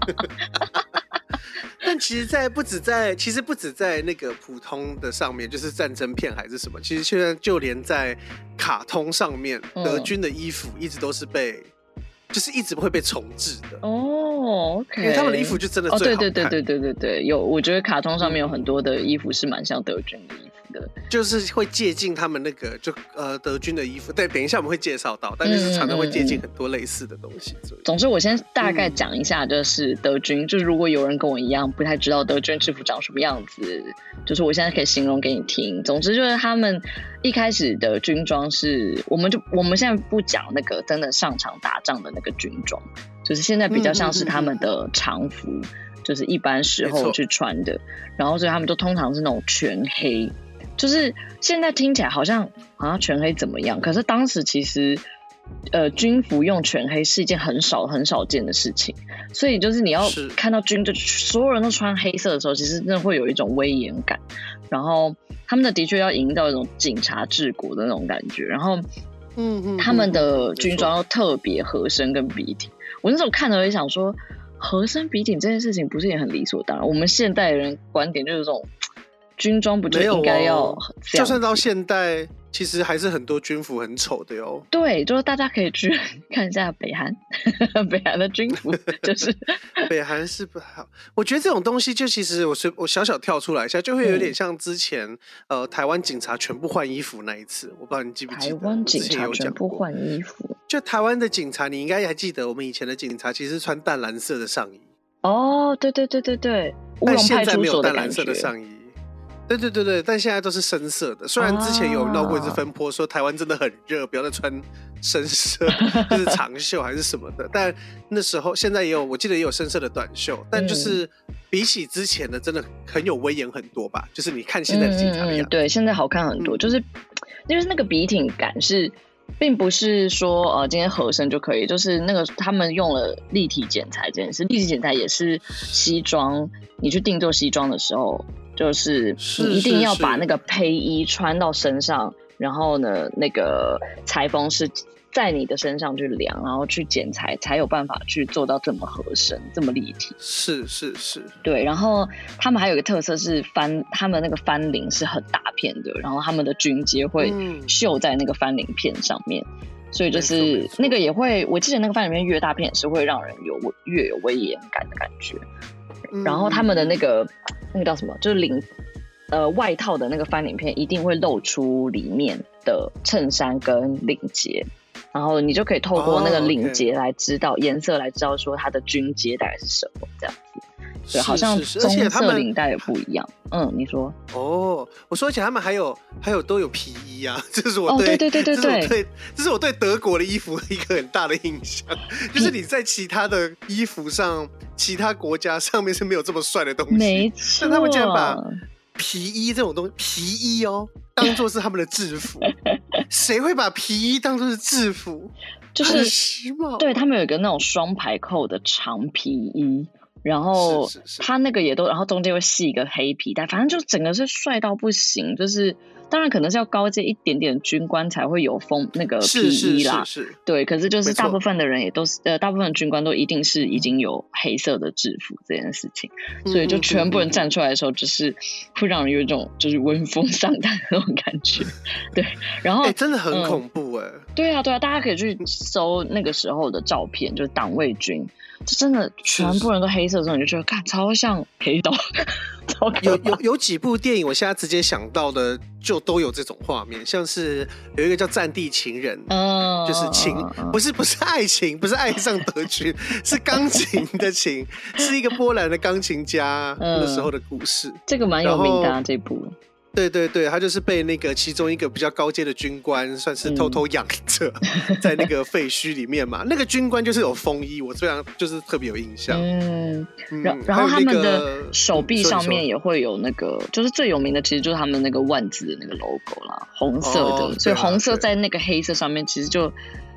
但其实在不止在其实不止在那个普通的上面，就是战争片还是什么，其实现在就连在卡通上面，德军的衣服一直都是被、嗯、就是一直会被重置的哦。OK， 因为他们的衣服就真的最好看。 哦、对对对对对对对，有我觉得卡通上面有很多的衣服是蛮像德军的衣服。 就是会借鉴他们那个就呃德军的衣服，对，等一下我们会介绍到，但就是常常会借鉴很多类似的东西。嗯嗯嗯、 总之，我先大概讲一下，就是德军，嗯、就是如果有人跟我一样不太知道德军制服长什么样子，就是我现在可以形容给你听。总之就是他们一开始的军装是，我们就我们现在不讲那个真的上场打仗的那个军装，就是现在比较像是他们的常服，嗯嗯嗯嗯就是一般时候去穿的，然后所以他们都通常是那种全黑。就是现在听起来好像好像全黑怎么样，可是当时其实呃军服用全黑是一件很少很少见的事情，所以就是你要看到军就所有人都穿黑色的时候，其实真的会有一种威严感，然后他们的的确要营造一种警察治国的那种感觉，然后嗯嗯他们的军装又特别合身跟笔挺，我那时候看了也想说合身笔挺这件事情不是也很理所当然，我们现代人观点就是这种军装不就应该要、哦、 就算到现代其实还是很多军服很丑的哟。 对，就是大家可以去看一下北韩北韩的军服就是北韩是不好，我觉得这种东西就其实我随我小小跳出来一下就会有点像之前、嗯、呃台湾警察全部换衣服那一次，我不知道你记不记得。 台湾警察全部换衣服， 就台湾的警察你应该还记得，我们以前的警察其实穿淡蓝色的上衣。 哦对对对对对，乌龙派出所的感觉。 对对对对，但现在都是深色的。虽然之前有闹过一次风波，说台湾真的很热，不要再穿深色，就是长袖还是什么的。但那时候现在也有，我记得也有深色的短袖，但就是比起之前的，真的很有威严很多吧。就是你看现在的警察的样子， 嗯嗯嗯对，现在好看很多，嗯、就是就是那个笔挺感是。并不是说呃今天合身就可以，就是那个他们用了立体剪裁这件事，立体剪裁也是西装，你去定做西装的时候，就是你一定要把那个胚衣穿到身上，然后呢那个裁缝是在你的身上去量，然后去剪裁，才有办法去做到这么合身这么立体。 是是是， 对。然后他们还有一个特色是翻，他们那个翻领是很大片的，然后他们的军阶会绣在那个翻领片上面、嗯、所以就是那个也会，我记得那个翻领片越大片也是会让人有越有威严感的感觉、嗯、然后他们的那个那个叫什么，就是领呃外套的那个翻领片一定会露出里面的衬衫跟领结，然后你就可以透过那个领结来知道、oh, okay. 颜色来知道说它的军阶大概是什么这样子。对，好像棕色领带也不一样。嗯，你说？ 哦，我说，而且他们还有还有都有皮衣啊，这是我对、 哦、对对对对对， 这是我对这是我对德国的衣服一个很大的印象，就是你在其他的衣服上，其他国家上面是没有这么帅的东西， 没错， 但他们竟然把皮衣这种东西，皮衣哦，当作是他们的制服，谁会把皮衣当作是制服？ 就是很时髦。 对，他们有一个那种双排扣的长皮衣。然后他那个也都，然后中间会系一个黑皮带，反正就整个是帅到不行。就是当然可能是要高阶一点点的军官才会有风那个皮衣啦， 是是是是对。可是就是大部分的人也都是呃，大部分的军官都一定是已经有黑色的制服这件事情，所以就全部人站出来的时候，就是会让人有一种就是闻风丧胆的那种感觉。对，然后、 欸、真的很恐怖哎、欸嗯。 对啊对啊，大家可以去搜那个时候的照片，就是党卫军。就真的全部人都黑色的时候，你就觉得看超像黑道。 有有有几部电影，我现在直接想到的就都有这种画面，像是有一个叫《战地情人》，嗯，就是情，不是不是爱情，不是爱上德军，是钢琴的琴，是一个波兰的钢琴家那时候的故事。嗯、 这个蛮有名的、啊、这部。 对对对，他就是被那个其中一个比较高阶的军官算是偷偷养着、嗯、在那个废墟里面嘛。那个军官就是有风衣，我非常就是特别有印象。嗯， 嗯然, 然后他们的手臂上面也会有那个，就是最有名的其实就是他们那个万字的那个 logo 啦，红色的，哦、所以红色在那个黑色上面其实就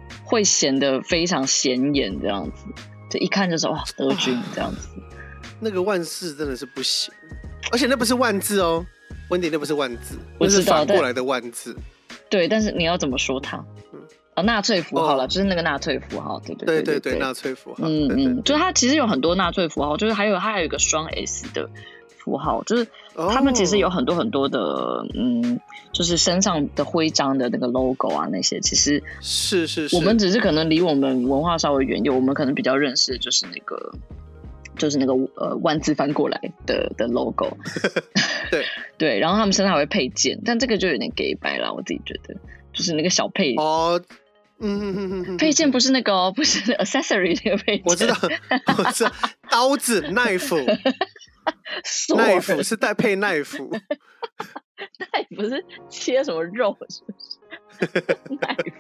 会显得非常显眼这样子，就一看就是哇德军这样子。 那个万字真的是不行，而且那不是万字哦，温迪那不是万字， 我知道， 那是反过来的万字。 对，但是你要怎么说它？嗯，哦，纳粹符号了，哦，就是那个纳粹符号，对对对对, 对, 对, 对，纳粹符号。 嗯嗯，就是它其实有很多纳粹符号，就是还有它还有一个双 S 的符号，就是他们其实有很多很多的，哦，嗯，就是身上的徽章的那个 logo 啊，那些其实是是是， 我们只是可能离我们文化稍微远一点，我们可能比较认识的就是那个。就是那个呃万字翻过来的的 logo， 对对，然后他们身上还会配件，但这个就有点 gay 白啦，我自己觉得，就是那个小配哦，嗯嗯嗯嗯， 配件不是那个哦，不是 accessory 那个配件， 我知道，我知道，刀子 knife knife 是带配 knife knife 是切什么肉是不是？knife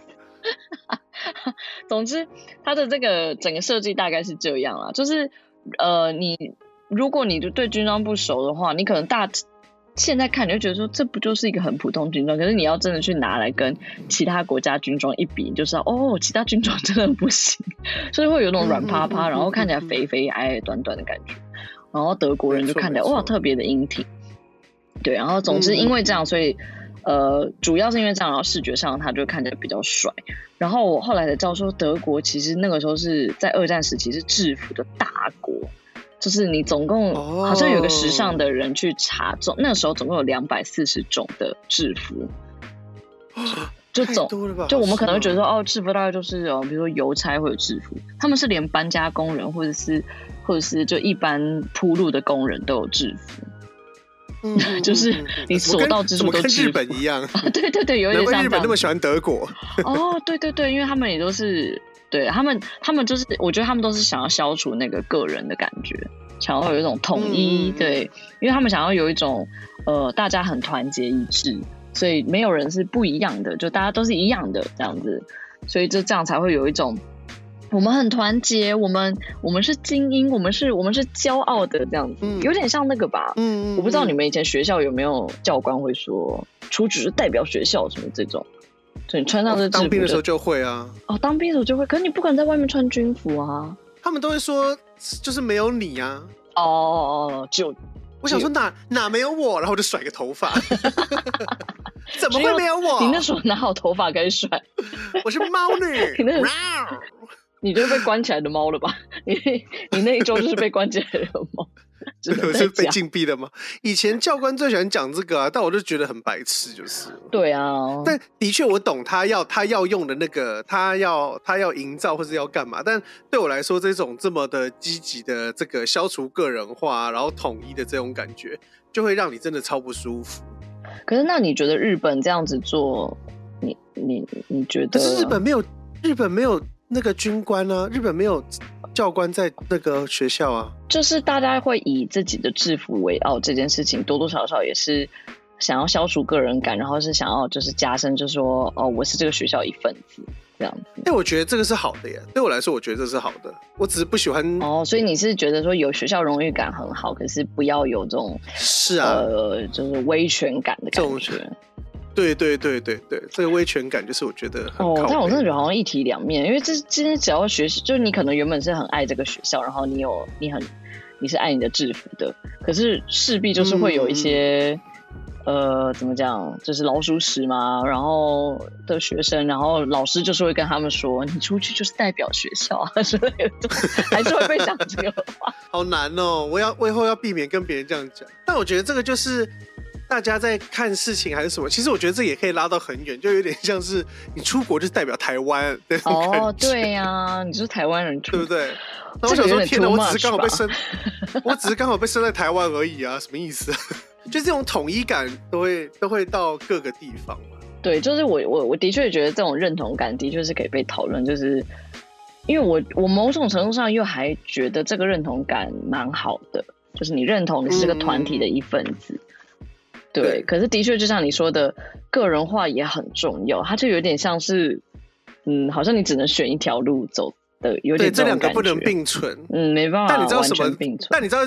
总之，它的这个整个设计大概是这样啦，就是呃，你如果你对军装不熟的话，你可能大现在看你就觉得说这不就是一个很普通军装，可是你要真的去拿来跟其他国家军装一比，你就知道哦，其他军装真的不行，所以会有那种软趴趴，然后看起来肥肥矮矮短短的感觉，然后德国人就看起来哇特别的英挺，对，然后总之因为这样，所以。呃，主要是因为这样，然后视觉上他就看起来比较帅。然后我后来才知道说，德国其实那个时候是在二战时期是制服的大国，就是你总共好像有个时尚的人去查，总那个时候总共有两百四十种的制服，就总就我们可能会觉得说，哦，制服大概就是哦，比如说邮差会有制服，他们是连搬家工人或者是或者是就一般铺路的工人都有制服。嗯、就是你所到之处都跟日本一样， 对对对，有点像。 难怪日本那么喜欢德国。 哦，对对对，因为他们也都是，对他们，他们就是，我觉得他们都是想要消除那个个人的感觉，想要有一种统一，嗯、对，因为他们想要有一种呃，大家很团结一致，所以没有人是不一样的，就大家都是一样的这样子，所以就这样才会有一种。我们很团结，我们我们是精英，我们是我们是骄傲的这样子，嗯、有点像那个吧。嗯, 嗯我不知道你们以前学校有没有教官会说出局代表学校什么这种，就你穿上这制服、哦。 当兵的时候就会啊。 哦，当兵的时候就会，可是你不可能在外面穿军服啊。 他们都会说，就是没有你啊。 哦哦哦，就我想说哪哪没有我，然后我就甩个头发。怎么会没有我？ 你那时候哪有头发可以甩？ 我是猫女。 你那你就是被关起来的猫了吧？你你那一周就是被关起来的猫， 我是被禁闭的吗？以前教官最喜欢讲这个啊，但我就觉得很白痴，就是。 对啊。 但的确我懂他要他要用的那个，他要他要营造或是要干嘛？但对我来说，这种这么的积极的这个消除个人化，然后统一的这种感觉，就会让你真的超不舒服。 可是那你觉得日本这样子做，你你你觉得？ 可是日本没有日本没有。那个军官啊，日本没有教官在那个学校啊， 就是大家会以自己的制服为傲，这件事情多多少少也是想要消除个人感，然后是想要就是加深，就是说哦，我是这个学校一份子这样子。 哎，我觉得这个是好的耶，对我来说，我觉得这是好的。我只是不喜欢哦，所以你是觉得说有学校荣誉感很好，可是不要有这种是啊， 呃，就是威权感的感觉。 对对对对对，这个威权感就是我觉得很靠北。 哦，但我真的觉得好像一体两面，因为这今天只要学习，就是你可能原本是很爱这个学校，然后你有你很你是爱你的制服的，可是势必就是会有一些、嗯、呃怎么讲，就是老鼠屎嘛，然后的学生，然后老师就是会跟他们说，你出去就是代表学校啊之类的，还是会被讲这个话。 好难哦，我要我以后要避免跟别人这样讲，但我觉得这个就是。大家在看事情还是什么？其实我觉得这也可以拉到很远，就有点像是你出国就是代表台湾那种感觉。 哦，对呀、啊，你就是台湾人， 对不对？那我想说，天哪，我只是刚好被生，我只是刚好被生在台湾而已啊，什么意思？就这种统一感都会都会到各个地方嘛。 对，就是我我我的确觉得这种认同感的确是可以被讨论，就是因为我我某种程度上又还觉得这个认同感蛮好的，就是你认同你是这个团体的一份子。嗯对，对，可是的确就像你说的，个人化也很重要，它就有点像是，嗯，好像你只能选一条路走的，有点对，这两个不能并存， 嗯，没办法， 但你知道什么？ 并存。 但你知道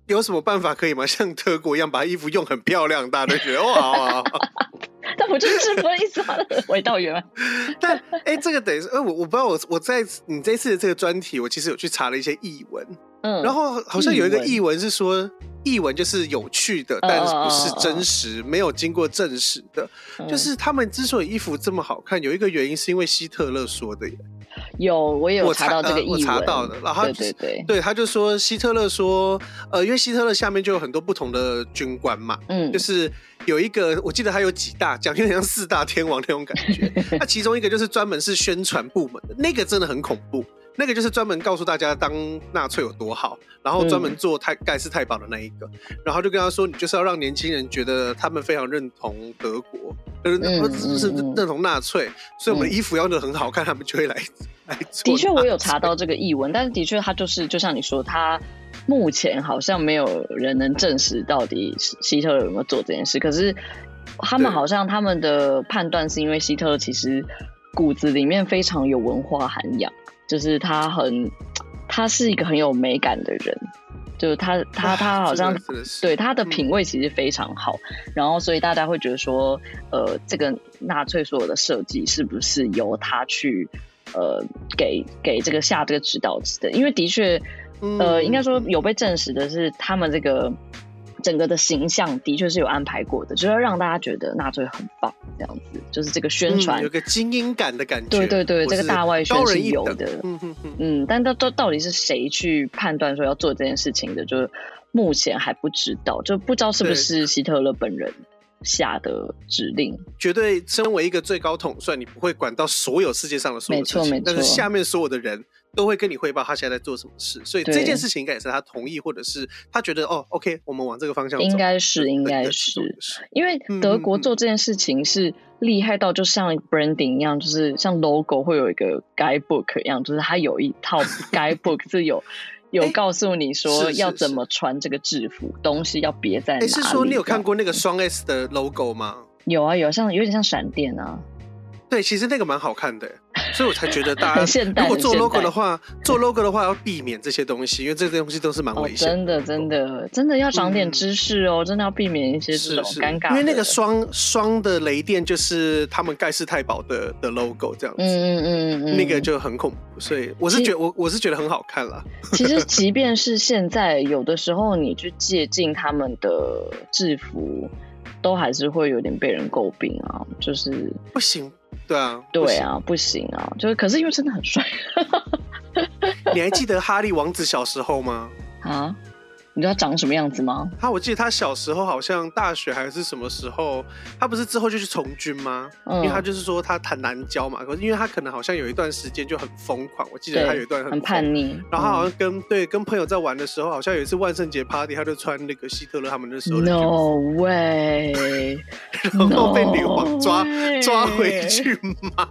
有什么办法可以吗？像德国一样把衣服用很漂亮，大家都觉得哇，好好好。 但我就是制服的意思嘛，回到原来。 但哎、欸，这个等于是，呃，我我不知道我我在你这次的这个专题，我其实有去查了一些译文，嗯，然后好像有一个译文是说，译文就是有趣的，但不是真实，哦哦哦哦没有经过证实的。嗯、就是他们之所以衣服这么好看，有一个原因是因为希特勒说的耶。 有，我也有查到这个译文， 我查到的。然后他对对对， 对，他就说希特勒说，呃，因为希特勒下面就有很多不同的军官嘛，嗯，就是有一个，我记得他有几大将，有点像四大天王那种感觉。他其中一个就是专门是宣传部门的，那个真的很恐怖。那个就是专门告诉大家当纳粹有多好，然后专门做太盖世太保的那一个，然后就跟他说，你就是要让年轻人觉得他们非常认同德国，嗯，就是认同纳粹，所以我们的衣服要的很好看，他们就会来来做。 的确，我有查到这个译文，但是的确，他就是就像你说，他目前好像没有人能证实到底希特勒有没有做这件事。可是他们好像他们的判断是因为希特勒其实骨子里面非常有文化涵养。就是他很，他是一个很有美感的人，就是他他他好像对他的品味其实非常好，嗯、然后所以大家会觉得说，呃，这个纳粹所有的设计是不是由他去呃给给这个下这个指导的？因为的确，呃，应该说有被证实的是，他们这个整个的形象的确是有安排过的，就是要让大家觉得纳粹很棒，这样子，就是这个宣传、 嗯、有个精英感的感觉。 对对对，这个大外宣是有的。嗯嗯嗯。嗯，但到到底是谁去判断说要做这件事情的，就是目前还不知道，就不知道是不是希特勒本人下的指令。 绝对，身为一个最高统帅，你不会管到所有世界上的所有事情， 没错没错。 但是下面所有的人都会跟你汇报他现在在做什么事，所以这件事情应该也是他同意，或者是他觉得哦 ，OK， 我们往这个方向走， 应该是应该是，因为德国做这件事情是厉害到就像 branding 一样，就是像 logo 会有一个 guidebook 一样，就是它有一套 guidebook 是有有告诉你说要怎么穿这个制服，是是是东西要别在哪里。 是说你有看过那个双 S 的 logo 吗？ 有啊有，像有点像闪电啊。 对，其实那个蛮好看的，所以我才觉得大家如果做 logo 的话，做 logo 的话要避免这些东西，因为这些东西都是蛮危险的、 哦。真的，真的，真的要长点知识哦，嗯、真的要避免一些这种尴尬的。 因为那个双双的雷电就是他们盖世太保的的 logo 这样子，嗯嗯嗯嗯，那个就很恐怖，所以我是觉得我我是觉得很好看啦。 其实，即便是现在，有的时候你去借鉴他们的制服，都还是会有点被人诟病啊，就是不行。对啊， 对啊，不行啊，就是可是因为真的很帅。 你还记得哈利王子小时候吗？ 啊，你知道他长什么样子吗？ 他我记得他小时候好像大学还是什么时候，他不是之后就去从军吗？嗯、因为他就是说他很难教嘛，可是因为他可能好像有一段时间就很疯狂，我记得他有一段 很, 很叛逆， 然后他好像跟、嗯、对跟朋友在玩的时候，好像有一次万圣节 party， 他就穿那个希特勒他们那时候的 No way， 然后被女皇抓 no 抓回去骂。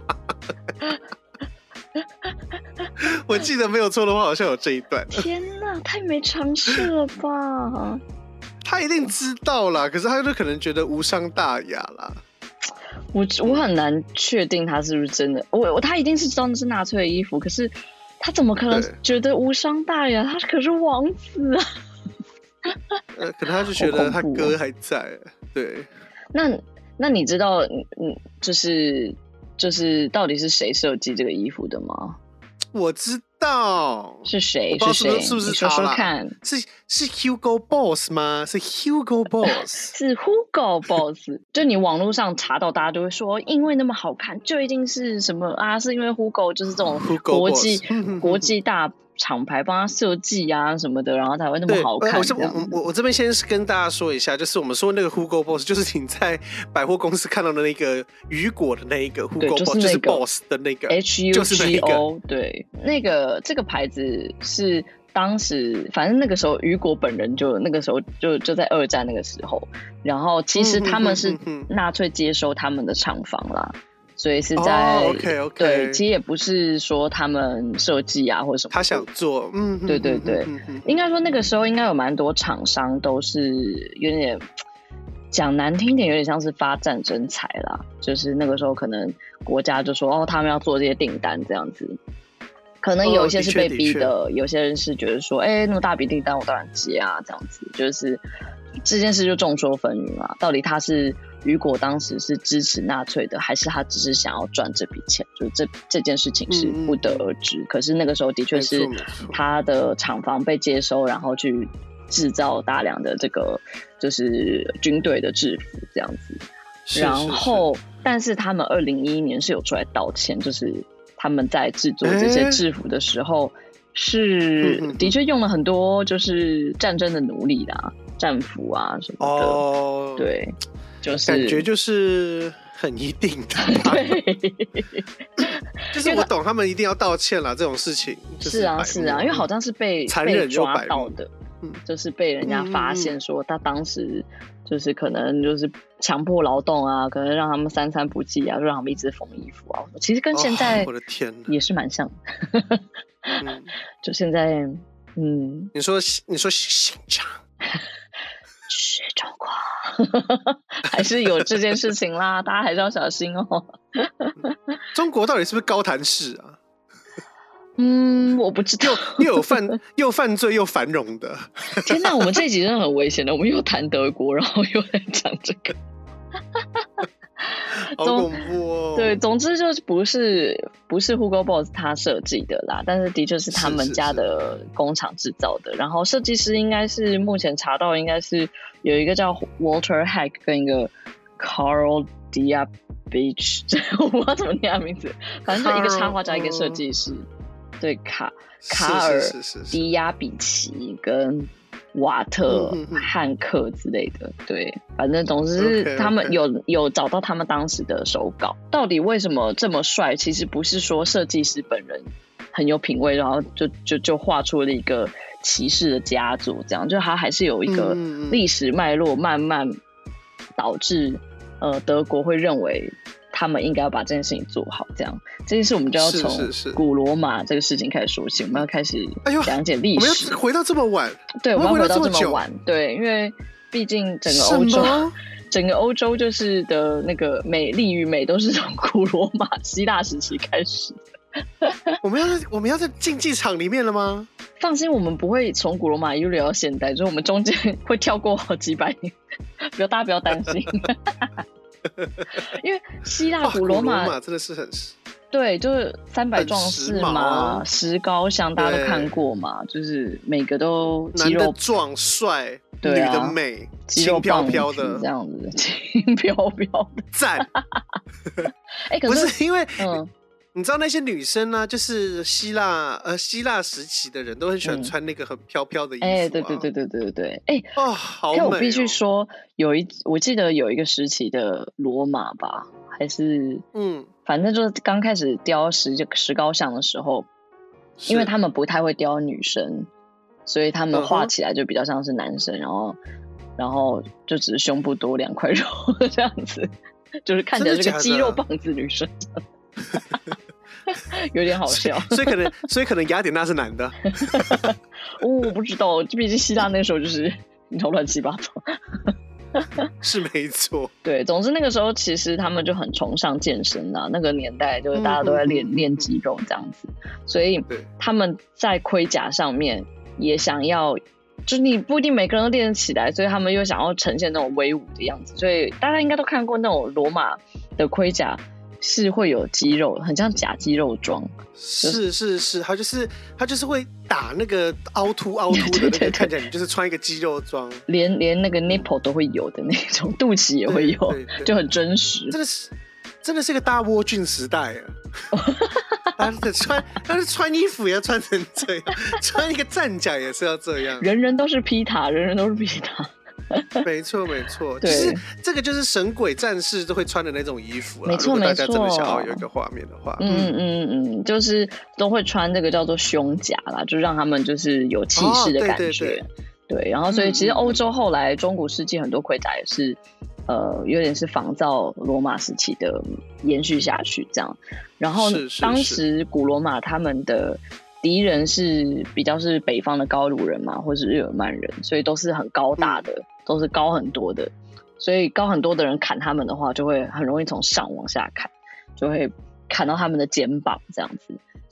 我记得没有错的话，好像有这一段。 天哪，太没常识了吧！ 他一定知道啦，可是他就可能觉得无伤大雅啦。 我我很难确定他是不是真的，我他一定是知道那是纳粹的衣服，可是他怎么可能觉得无伤大雅？他可是王子啊！ 呃，可能他就觉得他哥还在、啊。对， 那那你知道，嗯，就是就是到底是谁设计这个衣服的吗？ 我知道是谁， 是谁？是不是他啦？ 说说看， 是是 Hugo Boss 吗？是 Hugo Boss， 是 Hugo Boss。就你网络上查到，大家都会说，因为那么好看，就一定是什么啊？是因为 Hugo 就是这种国际国际大厂牌帮他设计啊什么的，然后才会那么好看。 我我我我这边先跟大家说一下，就是我们说那个 Hugo Boss， 就是你在百货公司看到的那个雨果的那一个 Hugo Boss， 就是 Boss 的那个 H U G O， 对，那个这个牌子是当时反正那个时候雨果本人就那个时候就就在二战那个时候，然后其实他们是纳粹接收他们的厂房啦。所以是在、 oh, okay, okay. 对，其实也不是说他们设计啊或者什么， 他想做，嗯， 对对对，嗯嗯、应该说那个时候应该有蛮多厂商都是有点讲难听点，有点像是发战争财啦，就是那个时候可能国家就说哦，他们要做这些订单这样子。 可能有一些是被逼的，哦、的有些人是觉得说，哎、欸，那么大笔订单我当然接啊，这样子，就是这件事就众说纷纭嘛。到底他是雨果当时是支持纳粹的，还是他只是想要赚这笔钱？就这这件事情是不得而知。嗯、可是那个时候的确是他的厂房被接收，然后去制造大量的这个就是军队的制服这样子。是是是然后，但是他们二零一一年是有出来道歉，就是他们在制作这些制服的时候，是的确用了很多就是战争的奴隶啦、战俘啊什么的。哦，对，就是感觉就是很一定的。对，就是我懂他们一定要道歉啦，这种事情。 是啊，是啊，因为好像是被残忍又抓到的。就是被人家发现说他当时就是可能就是强迫劳动啊，可能让他们三餐不继啊，就让他们一直缝衣服啊。其实跟现在也是蛮像的。哦嗯、就现在，嗯， 你说你说新疆是中国，还是有这件事情啦，大家还是要小心哦。 中国到底是不是高谭市啊？ 嗯，我不知道， 又有犯又犯罪又繁荣的。 天哪，我们这一集真的很危险的，我们又谈德国，然后又在讲这个， 好恐怖哦。 对，总之就是不是不是 Hugo Boss 他设计的啦，但是的确是他们家的工厂制造的。是是是然后设计师应该是目前查到应该是有一个叫 Walter Hack 跟一个 Carl Diabich， 我不知道怎么念他名字，反正就一个插画家，一个设计师。对，卡卡尔迪亚比奇跟瓦特汉克之类的，对，反正总之是他们有 okay, okay. 有找到他们当时的手稿。到底为什么这么帅？其实不是说设计师本人很有品味，然后就就就画出了一个骑士的佳作，这样就他还是有一个历史脉络，慢慢导致呃德国会认为。他们应该要把这件事情做好，这样这件事我们就要从古罗马这个事情开始说起，我们要开始讲解历史。 我们要回到这么晚， 对，我们要回到这么晚，对，因为毕竟整个欧洲，整个欧洲就是的那个美丽与美都是从古罗马、希腊时期开始的。 我们要在我们要在竞技场里面了吗？ 放心，我们不会从古罗马一路聊到现代，就是我们中间会跳过好几百年，不要大家不要担心。因为希腊古罗马、 哦、真的是很对，就是三百壮士嘛，石膏像大家都看过嘛，就是每个都肌肉男的壮帅， 对啊、 女的美， 轻飘飘的这样子，轻飘飘的赞。 哎、欸，可是不是因为嗯。你知道那些女生呢、啊，就是希腊呃希腊时期的人都很喜欢穿那个很飘飘的衣服、啊。哎、 嗯欸，对对对对对对，哎、欸， 哦，好美、哦！ 我必须说，有一我记得有一个时期的罗马吧，还是嗯，反正就是刚开始雕石石膏像的时候，因为他们不太会雕女生，所以他们画起来就比较像是男生，然后然后就只是胸部多两块肉这样子，就是看起来是个肌肉棒子女生这样。有点好笑， 所以可能，所以可能雅典娜是男的。 哦，我不知道，毕竟希腊那时候就是你知道乱七八糟。 是没错， 对，总之那个时候其实他们就很崇尚健身啊，那个年代就是大家都在练练、嗯、肌肉这样子，所以他们在盔甲上面也想要，就是你不一定每个人都练得起来，所以他们又想要呈现那种威武的样子，所以大家应该都看过那种罗马的盔甲。是会有肌肉，很像假肌肉装。 是是是，他就是他就是会打那个凹凸凹凸的那个，看起来你就是穿一个肌肉装， 连连那个 nipple 都会有的那种，肚脐也会有，对对对，就很真实。 真的是真的是个大窝菌时代啊！他是穿他是穿衣服也要穿成这样，穿一个战甲也是要这样。 人人都是皮塔，人人都是皮塔。 没错没错，就是这个就是神鬼战士都会穿的那种衣服啦。 没错没错， 如果大家真的想要有一个画面的话， 嗯嗯嗯，就是都会穿这个叫做胸甲啦，就让他们就是有气势的感觉。哦、对, 对, 对, 对，然后所以其实欧洲后来中古世纪很多盔甲也是，呃，有点是仿造罗马时期的延续下去这样。然后当时古罗马他们的敌人是比较是北方的高卢人嘛，或是日耳曼人，所以都是很高大的。嗯，都是高很多的，所以高很多的人砍他们的话，就会很容易从上往下砍，就会砍到他们的肩膀这样子。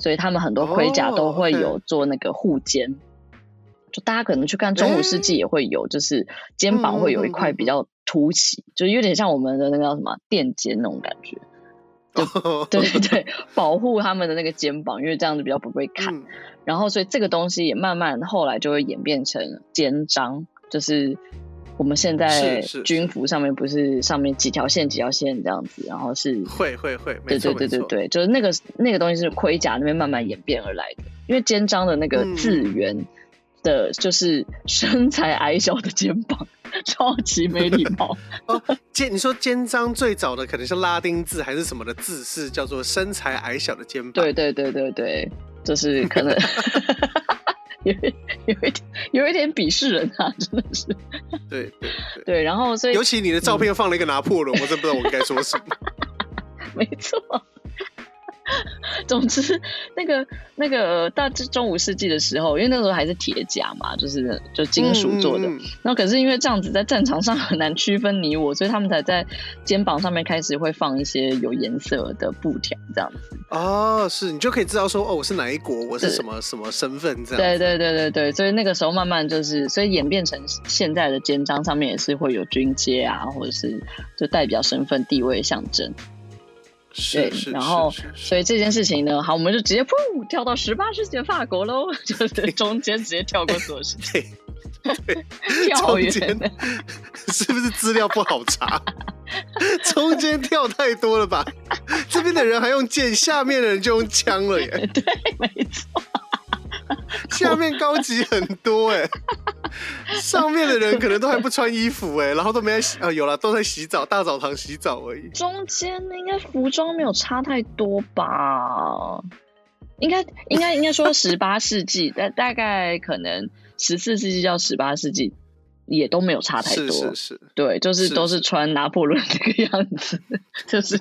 所以他们很多盔甲都会有做那个护肩。就大家可能去看中古世纪也会有，欸、就是肩膀会有一块比较凸起，嗯、就有点像我们的那个叫什么垫肩那种感觉。就对对对，保护他们的那个肩膀，因为这样子比较不会砍。嗯、然后，所以这个东西也慢慢后来就会演变成肩章，就是我们现在军服上面不是上面几条线几条线这样子，然后是会会会， 对对对对对，就是那个那个东西是盔甲那边慢慢演变而来的，因为肩章的那个字源。嗯的就是身材矮小的肩膀，超级没礼貌。 哦，肩，你说肩章最早的可能是拉丁字还是什么的字，是叫做身材矮小的肩膀。 对对对对对，就是可能有有一点有一点鄙视人啊，真的是。 对对 对, 对，然后所以尤其你的照片放了一个拿破仑，嗯、我真不知道我该说什么。 没错。总之，那个那个到中午世纪的时候，因为那时候还是铁甲嘛，就是就金属做的。嗯嗯嗯然后可是因为这样子在战场上很难区分你我，所以他们才在肩膀上面开始会放一些有颜色的布条，这样子。 哦，是你就可以知道说，哦，我是哪一国，我是什么什么身份这样子。 对对对对对，所以那个时候慢慢就是，所以演变成现在的肩章上面也是会有军阶啊，或者是就代表身份地位象征。对，然后所以这件事情呢，好，我们就直接噗跳到十八世纪的法国喽，就是中间直接跳过所有事情， 对， 跳远是不是资料不好查？中间跳太多了吧？这边的人还用剑，下面的人就用枪了耶。 对，没错。 下面高级很多哎，上面的人可能都还不穿衣服哎，然后都没在洗啊，有啦，都在洗澡，大澡堂洗澡而已。 中间应该服装没有差太多吧？应该应该应该说十八世纪，大大概可能十四世纪到十八世纪也都没有差太多， 是是是， 对，就是都是穿拿破仑这个样子，就是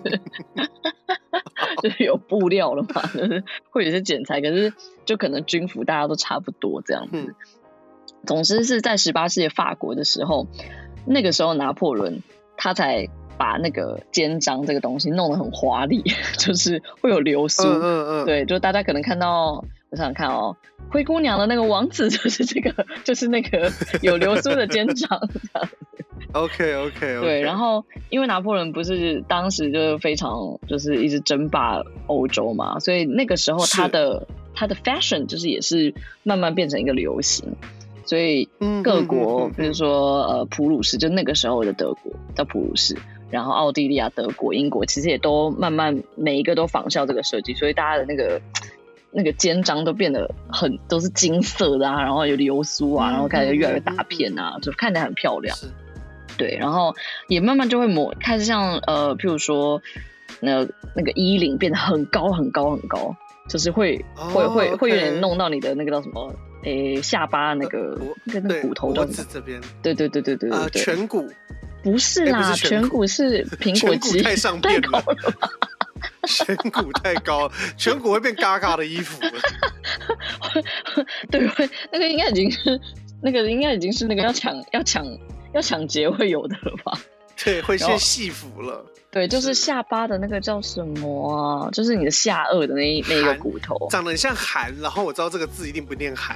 就是有布料了嘛，就是或者是剪裁，可是就可能军服大家都差不多这样子。嗯、总之是在十八世纪法国的时候，那个时候拿破仑他才把那个肩章这个东西弄得很华丽，就是会有流苏，嗯嗯嗯对，就大家可能看到。我想想看哦，灰姑娘的那个王子就是这个，就是那个有流苏的肩章这样子。 OK OK OK。 对，然后因为拿破仑不是当时就非常就是一直争霸欧洲嘛，所以那个时候他的他的 fashion 就是也是慢慢变成一个流行，所以各国比如说呃普鲁士，就那个时候的德国叫普鲁士。然后奥地利啊、德国、英国其实也都慢慢每一个都仿效这个设计，所以大家的那个。那个肩章都变得很都是金色的啊，然后有流苏啊，然后开始越来越大片啊，就看起来很漂亮。对，然后也慢慢就会磨，开始像呃，譬如说那那个衣领变得很高很高很高，就是会、哦、会会、okay. 会有点弄到你的那个叫什么诶下巴那个、呃、那个骨头脖子这边。 对对对对对对呃，颧骨不是啦，颧骨是苹果肌， 太上片了。颧骨太高，颧骨会变嘎嘎的衣服了。 对，那个应该已经是那个应该已经是那个要抢要抢要抢劫会有的了吧？ 对，会先戏服了。 对，就是下巴的那个叫什么啊？就是你的下颚的那那个骨头， 长得很像韩，然后我知道这个字一定不念韩。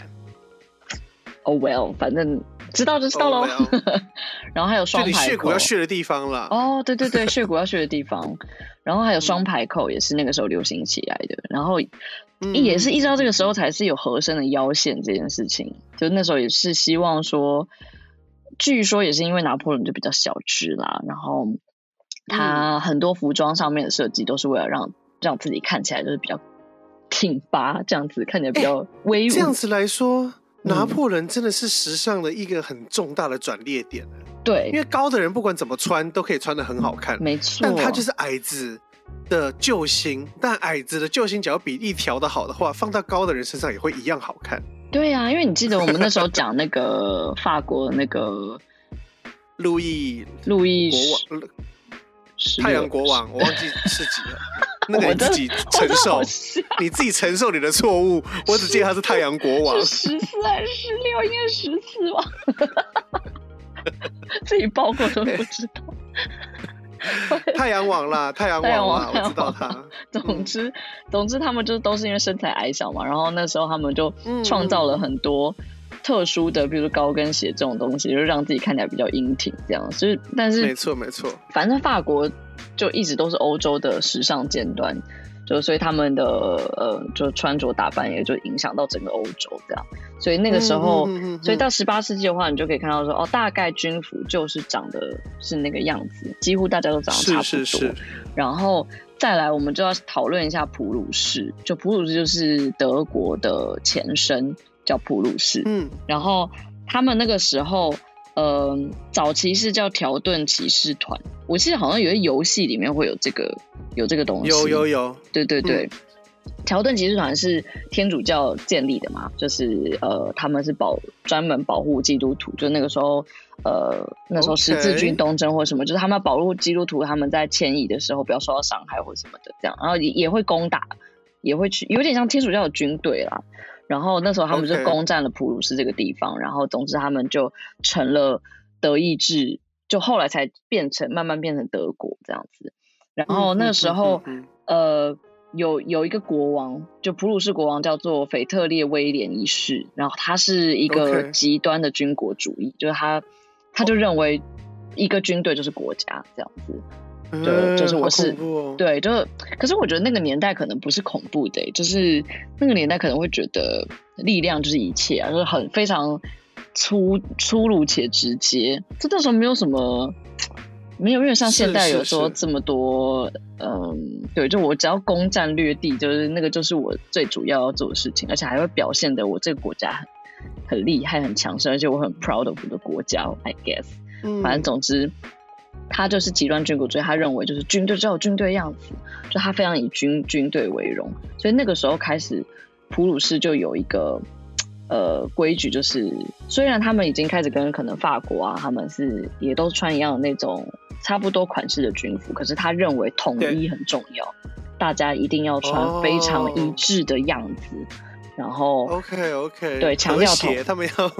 Oh well， 反正知道就知道喽。Oh well. 然后还有双排扣， 就你血骨要血的地方啦。 哦，对对对，血骨要血的地方。然后还有双排扣也是那个时候流行起来的，然后也是一直到这个时候才是有合身的腰线这件事情，就那时候也是希望说，据说也是因为拿破仑就比较小只啦，然后他很多服装上面的设计都是为了让让自己看起来就是比较挺拔，这样子看起来比较威武。 这样子来说，拿破仑真的是时尚的一个很重大的转捩点。 对， 因为高的人不管怎么穿都可以穿得很好看， 没错。 但他就是矮子的救星，但矮子的救星只要比例调得好的话，放到高的人身上也会一样好看。 对啊，因为你记得我们那时候讲那个法国那个路易路易国王太阳国王，我忘记是几了。那个你自己承受，你自己承受你的错误。我只记得他是太阳国王， 十四还是十六？应该十四吧。自己报过都不知道。 太阳王啦，太阳王啦，我知道他。 总之，嗯、总之他们就都是因为身材矮小嘛，然后那时候他们就创造了很多特殊的，比如说高跟鞋这种东西，就让自己看起来比较英挺，这样。所以，但是没错没错， 反正法国就一直都是欧洲的时尚尖端。就所以他们的呃，就穿着打扮也就影响到整个欧洲这样，所以那个时候，嗯嗯嗯嗯、所以到十八世纪的话，你就可以看到说，哦，大概军服就是长得是那个样子，几乎大家都长得差不多。是是是。然后再来，我们就要讨论一下普鲁士，就普鲁士就是德国的前身，叫普鲁士。嗯。然后他们那个时候。呃，早期是叫条顿骑士团，我记得好像有些游戏里面会有这个有这个东西， 有有有， 对对对。条顿骑士团是天主教建立的嘛，就是呃，他们是保专门保护基督徒，就那个时候呃，那时候十字军东征或什么， okay. 就是他们保护基督徒，他们在迁移的时候不要受到伤害或什么的，这样，然后也也会攻打，也会去，有点像天主教的军队啦。然后那时候他们就攻占了普鲁士这个地方， okay. 然后总之他们就成了德意志，就后来才变成慢慢变成德国这样子。然后那个时候，嗯嗯嗯嗯、呃，有有一个国王，就普鲁士国王叫做腓特烈威廉一世，然后他是一个极端的军国主义， okay. 就是他他就认为一个军队就是国家这样子。就就是我是、哦、对，就可是我觉得那个年代可能不是恐怖的，就是那个年代可能会觉得力量就是一切啊，就是很非常粗粗鲁且直接。这那时候没有什么，没有因为像现代有说这么多，嗯，对，就我只要攻占掠地，就是那个就是我最主要要做的事情，而且还会表现的我这个国家很很厉害、很强盛，而且我很 proud of 我的国家 ，I guess，、嗯、反正总之。他就是极端军国主义，他认为就是军队就有军队的样子，就他非常以军军队为荣，所以那个时候开始，普鲁士就有一个呃规矩，就是虽然他们已经开始跟可能法国啊，他们是也都穿一样的那种差不多款式的军服，可是他认为统一很重要，大家一定要穿非常一致的样子。哦然后 OK OK 对强调统他们要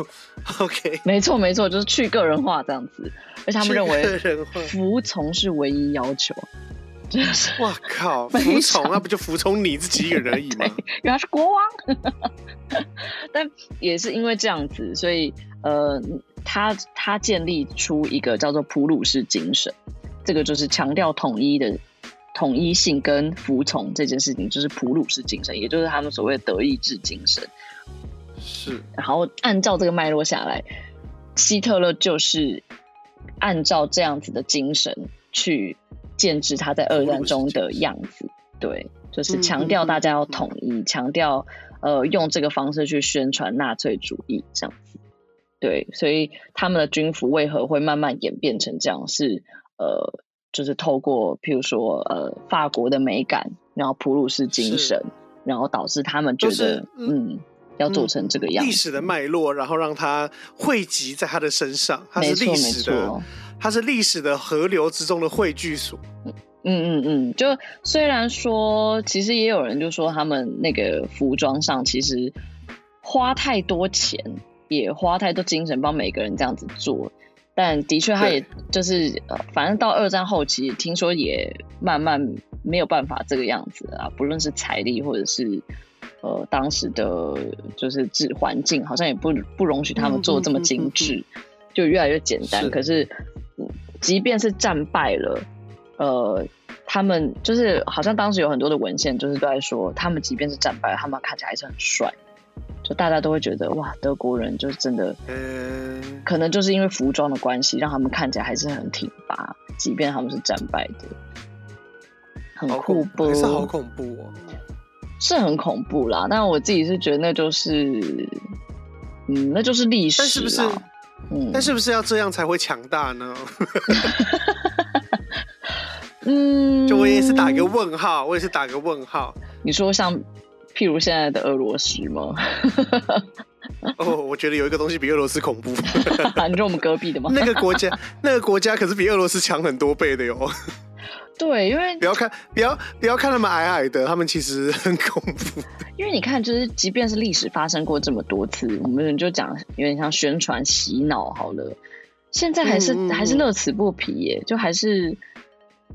OK 没错没错就是去个人化这样子，而且他们认为服从是唯一要求。 哇靠，服从那不就服从你自己一个人而已吗？ 原来是国王。但也是因为这样子，所以呃，他他建立出一个叫做普鲁士精神，这个就是强调统一的。统一性跟服从这件事情就是普鲁士精神，也就是他们所谓的德意志精神。 是， 然后按照这个脉络下来，希特勒就是按照这样子的精神去建制他在二战中的样子。对，就是强调大家要统一，嗯嗯嗯、强调呃用这个方式去宣传纳粹主义这样子。对，所以他们的军服为何会慢慢演变成这样？是呃。就是透过譬如说呃法国的美感，然后普鲁士精神，然后导致他们觉得嗯, 嗯要做成这个样子， 历史的脉络，然后让它汇集在他的身上，它是历史的，它是历史的河流之中的汇聚所。 嗯嗯嗯，就虽然说其实也有人就说他们那个服装上其实花太多钱，也花太多精神帮每个人这样子做。但的确，他也就是呃，反正到二战后期，听说也慢慢没有办法这个样子啊，不论是财力或者是呃当时的就是治环境，好像也不不容许他们做这么精致，嗯、就越来越简单。是可是，即便是战败了，呃，他们就是好像当时有很多的文献，就是都在说，他们即便是战败了，他们看起来还是很帅。就大家都会觉得哇，德国人就是真的，嗯，可能就是因为服装的关系，让他们看起来还是很挺拔，即便他们是战败的，很酷不？ 还是好恐怖哦， 是很恐怖啦。但我自己是觉得那就是，嗯，那就是历史啦。但是不是？ 嗯，但是不是要这样才会强大呢？ 嗯， 就我也是打一个问号，我也是打个问号。 你说像？譬如现在的俄罗斯吗？ 哦，我觉得有一个东西比俄罗斯恐怖。 你说我们隔壁的吗？ 那个国家，那个国家可是比俄罗斯强很多倍的哟。 对，因为不要看，不要不要看他们矮矮的，他们其实很恐怖。 因为你看，就是即便是历史发生过这么多次，我们就讲有点像宣传洗脑好了，现在还是、嗯、还是乐此不疲耶，就还是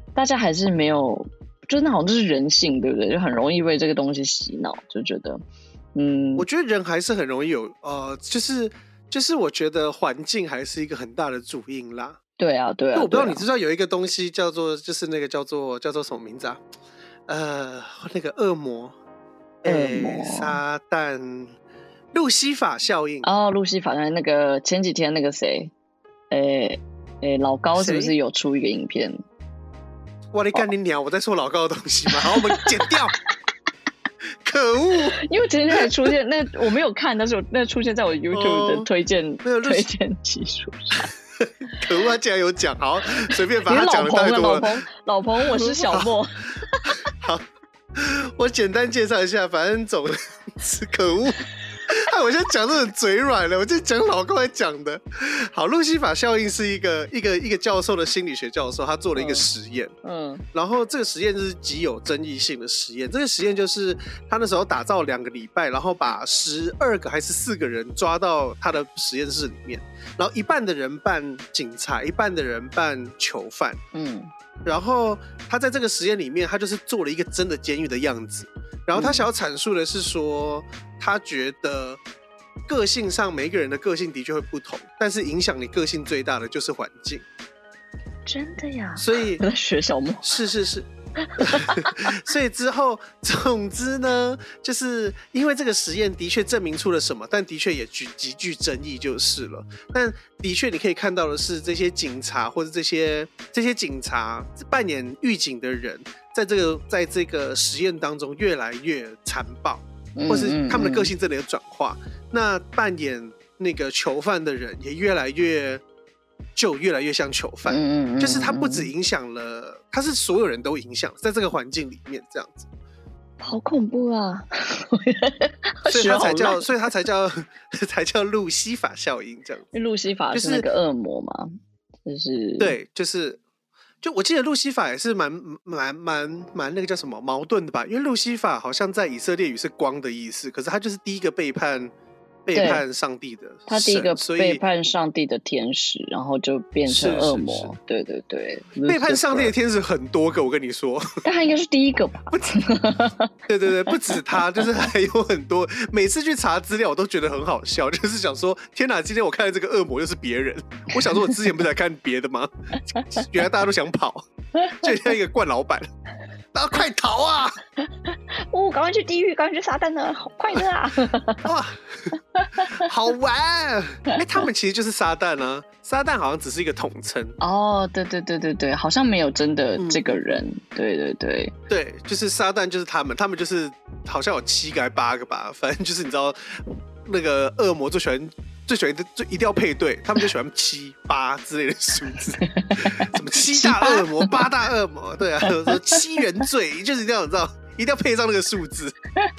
大家还是没有，就那好像就是人性，对不对？就很容易被这个东西洗脑，就觉得，嗯， 我觉得人还是很容易有，呃，就是就是我觉得环境还是一个很大的主因啦。 对啊，对啊。 我不知道你知道有一个东西叫做，就是那个叫做叫做什么名字啊？呃，那个恶魔， 恶魔、 撒旦、路西法效应。 哦，路西法效应，那个前几天那个谁，诶诶，老高是不是有出一个影片？ 哇，你干你娘！我在说老高的东西吗？好，我们剪掉。可恶！ 因为前天还出现，那我没有看，但是我那出现在我 YouTube 的推荐、哦、推荐集数上。 可恶，他竟然有讲，好，随便把他讲的太多了。 老彭，老彭，我是小莫。 好，好我简单介绍一下，反正总是可恶。哎，我现在讲的很嘴软了，我就讲老高才讲的。好，路西法效应是一个一个一个教授的心理学教授，他做了一个实验，嗯，嗯然后这个实验是极有争议性的实验。这个实验就是他那时候打造两个礼拜，然后把十二个还是四个人抓到他的实验室里面，然后一半的人扮警察，一半的人扮囚犯，嗯，然后他在这个实验里面，他就是做了一个真的监狱的样子。然后他想要阐述的是说，他觉得个性上每一个人的个性的确会不同，但是影响你个性最大的就是环境。 真的呀？ 所以在学小莫是是是。所以之后，总之呢，就是因为这个实验的确证明出了什么，但的确也极具争议就是了。但的确你可以看到的是，这些警察或者这些这些警察扮演狱警的人，在这个在这个实验当中越来越残暴，或是他们的个性真的有转化。嗯嗯嗯那扮演那个囚犯的人也越来越。就越来越像囚犯，嗯嗯嗯就是他不只影响了，他是所有人都影响，在这个环境里面这样子， 好恐怖啊！ 所以他才叫，所以他才叫才叫路西法效应这样子。 路西法是那个恶魔嘛？就是对，就是就我记得路西法也是蛮蛮蛮蛮那个叫什么矛盾的吧？因为路西法好像在以色列语是光的意思，可是他就是第一个背叛。背叛上帝的神， 他第一个背叛上帝的天使，然后就变成恶魔。是是是对对对， 背叛上帝的天使很多个，我跟你说。 但他应该是第一个吧？ 不止，对对对，不止他，就是还有很多。每次去查资料，我都觉得很好笑，就是想说，天哪，今天我看的这个恶魔又是别人。我想说，我之前不是在看别的吗？原来大家都想跑，就像一个惯老板。大家快逃啊！ 哦，赶快去地狱，赶快去撒旦呢，好快乐啊！ 哇，好玩！哎、欸，他们其实就是撒旦啊，撒旦好像只是一个统称。 哦，对对对对对，好像没有真的这个人。嗯、对对对， 对，就是撒旦就是他们，他们就是好像有七个还八个吧，反正就是你知道那个恶魔最喜欢。最喜欢的就一定要配对，他们就喜欢七八之类的数字，什么七大恶魔、八大恶魔，对啊，说七原罪，就是一定要你知道，一定要配上那个数字。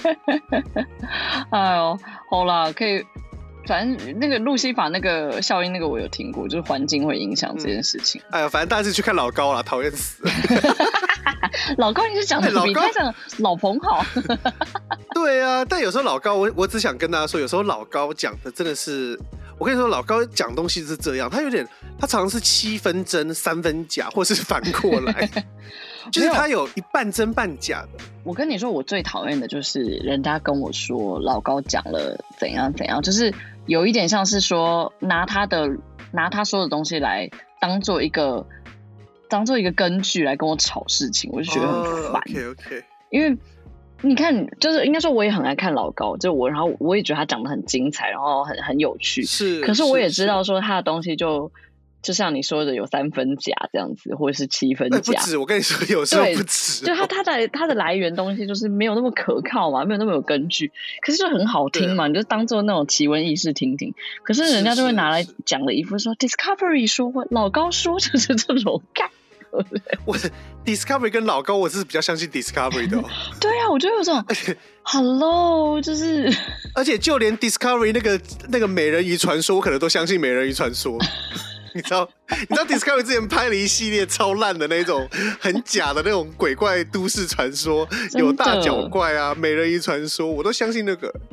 哎呦，好啦，可以，反正那个路西法那个效应，那个我有听过，就是环境会影响这件事情。 嗯、哎呀，反正大家是去看老高啦，讨厌死了。 老高，你是讲的比他讲老彭好。 对啊，但有时候老高，我我只想跟大家说，有时候老高讲的真的是，我跟你说，老高讲东西是这样，他有点，他常常是七分真三分假，或是反过来，就是他有一半真半假的。 我跟你说，我最讨厌的就是人家跟我说老高讲了怎样怎样，就是有一点像是说拿他的拿他说的东西来当做一个当做一个根据来跟我吵事情，我就觉得很烦。 Oh, OK OK， 因为。你看，就是应该说，我也很爱看老高，就我，然后我也觉得他讲得很精彩，然后很很有趣。 是， 可是我也知道说他的东西就就像你说的，有三分假这样子，或者是七分假。 欸、不止，我跟你说，有时候不止。 就他他的他的来源东西就是没有那么可靠嘛，没有那么有根据，可是就很好听嘛，你就当做那种奇闻异事听听。可是人家就会拿来讲了一副说 Discovery 说老高说，就是这种干。 我 Discovery 跟老高，我是比较相信 Discovery 的、哦。 对啊，我就有种 Hello， 就是， 而且就连 Discovery 那个那个美人鱼传说，我可能都相信美人鱼传说。你知道，你知道 Discovery 之前拍了一系列超烂的那种很假的那种鬼怪都市传说，有大脚怪啊、美人鱼传说，我都相信那个。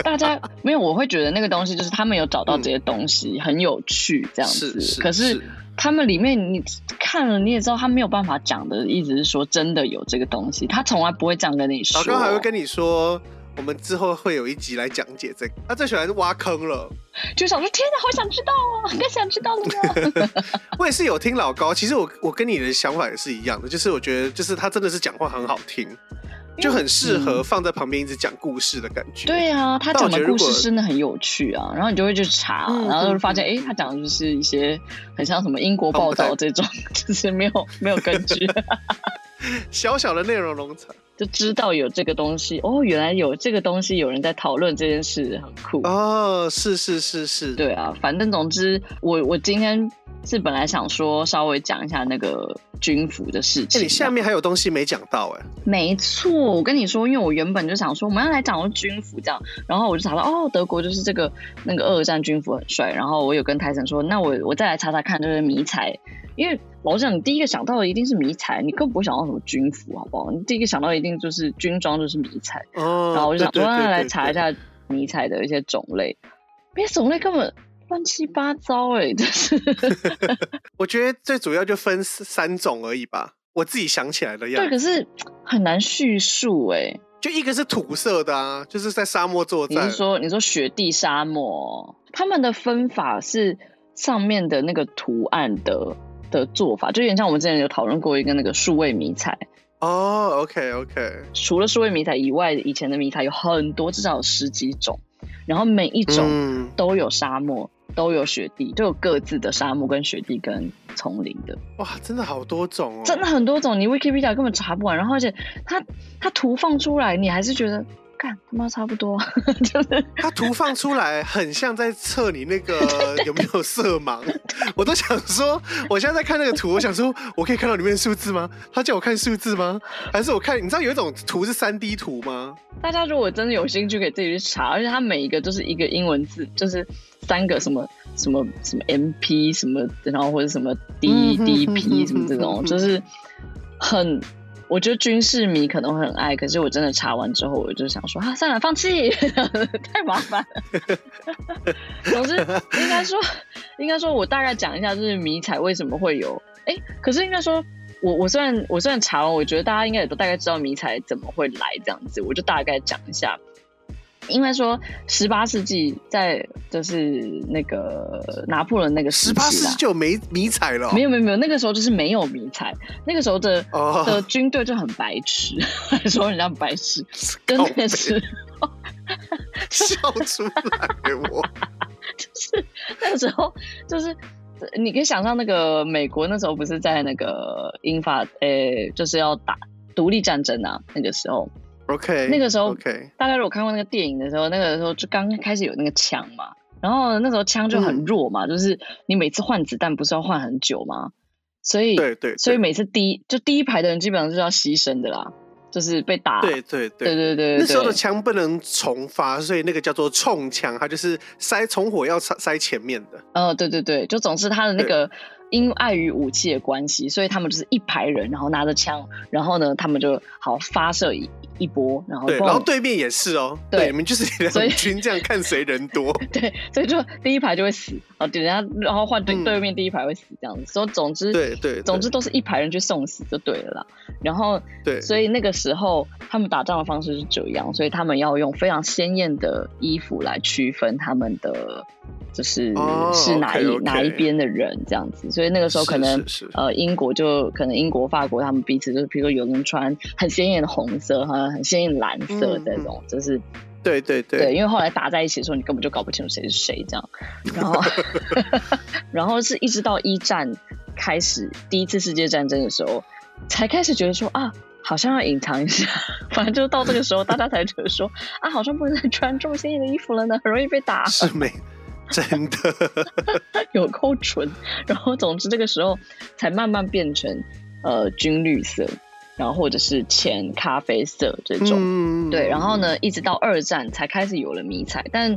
大家没有，我会觉得那个东西就是他们有找到这些东西、嗯、很有趣这样子， 是是可是他们里面你看了你也知道他没有办法讲的意思是说真的有这个东西，他从来不会这样跟你说。 老高还会跟你说我们之后会有一集来讲解这个，他最喜欢挖坑了， 就想说天哪好想知道啊，更想知道了呢。 我也是有听老高，其实 我, 我跟你的想法也是一样的，就是我觉得就是他真的是讲话很好听，就很适合放在旁边一直讲故事的感觉。 对啊，他讲的故事真的很有趣啊，然后你就会去查、嗯、然后就发现哎、欸，他讲的就是一些很像什么英国报道这种，就是没有没有根据。 小小的内容农场就知道有这个东西哦，原来有这个东西，有人在讨论这件事，很酷哦。是是是是， 对啊，反正总之，我我今天是本来想说稍微讲一下那个军服的事情。 欸、你下面还有东西没讲到哎、欸？ 没错，我跟你说，因为我原本就想说我们要来讲军服这样，然后我就查到哦，德国就是这个那个二战军服很帅，然后我有跟泰森说，那我我再来查查看，就是迷彩。因为老实讲，你第一个想到的一定是迷彩，你更不会想到什么军服，好不好？你第一个想到的一定就是军装，就是迷彩。哦，然后我就想说，那来查一下迷彩的一些种类，那些种类根本乱七八糟哎、欸，就是。 我觉得最主要就分三种而已吧，我自己想起来的样子。 对，可是很难叙述哎、欸。 就一个是土色的啊，就是在沙漠作战。 你是说你说雪地沙漠，他们的分法是上面的那个图案的。的做法就有点像我们之前有讨论过一个那个数位迷彩哦、oh, ，OK OK。 除了数位迷彩以外，以前的迷彩有很多，至少有十几种，然后每一种都有沙漠，嗯、都有雪地，都有各自的沙漠跟雪地跟丛林的。 哇，真的好多种哦， 真的很多种，你 Wikipedia 根本查不完。然后而且它它图放出来，你还是觉得。干他妈差不多，就是他图放出来很像在测你那个有没有色盲，我都想说，我现在在看那个图，我想说，我可以看到里面的数字吗？他叫我看数字吗？还是我看？你知道有一种图是三 D 图吗？ 大家如果真的有兴趣，可以自己去查，而且它每一个就是一个英文字，就是三个什么什么什么 M P 什么，然后或者什么 D D P 什么这种，就是很。我觉得军事迷可能会很爱，可是我真的查完之后，我就想说啊，算了，放弃，太麻烦了。总之，应该说，应该说，我大概讲一下，就是迷彩为什么会有，哎，可是应该说，我我虽然我虽然查完，我觉得大家应该也都大概知道迷彩怎么会来这样子，我就大概讲一下。因为说十八世纪在就是那个拿破仑那个时期啦， 十八世纪就有迷迷彩了、哦？ 没有没有没有，那个时候就是没有迷彩，那个时候的、oh. 的军队就很白痴，说人家白痴，真的是笑出来我， 就是那个时候就是你可以想象那个美国那时候不是在那个英法诶、欸，就是要打独立战争啊，那个时候。 OK， 那个时候 ，OK， 大家如果看过那个电影的时候，那个时候就刚开始有那个枪嘛，然后那时候枪就很弱嘛，嗯、就是你每次换子弹不是要换很久吗？所以， 对 对, 对， 所以每次第一就第一排的人基本上是要牺牲的啦，就是被打。 对对对对对 对, 对， 那时候的枪不能重发，所以那个叫做冲枪，它就是塞从火要塞前面的。 哦，对对对，就总之他的那个。因碍于武器的关系，所以他们就是一排人，然后拿着枪，然后呢，他们就好发射一一波，然后对，然后对面也是哦，对，对你们就是两军这样看谁人多， 对，所以就第一排就会死，哦，等下然后换对、嗯、对面第一排会死这样子，所以总之对 对, 对， 总之都是一排人去送死就对了啦。然后对， 所以那个时候他们打仗的方式是这样，所以他们要用非常鲜艳的衣服来区分他们的。就是是哪一、oh, okay, okay. 哪一边的人这样子，所以那个时候可能是是是呃英国就可能英国法国他们彼此就是比如说有人穿很鲜艳的红色和很鲜艳的蓝色这种、嗯、就是对对对对，因为后来打在一起的时候你根本就搞不清楚谁是谁这样，然后然后是一直到一战开始第一次世界战争的时候才开始觉得说啊好像要隐藏一下，反正就到这个时候大家才觉得说啊好像不能再穿这么鲜艳的衣服了呢，很容易被打， 是没真的有够蠢，然后总之这个时候才慢慢变成呃军绿色，然后或者是浅咖啡色这种、嗯、对，然后呢一直到二战才开始有了迷彩，但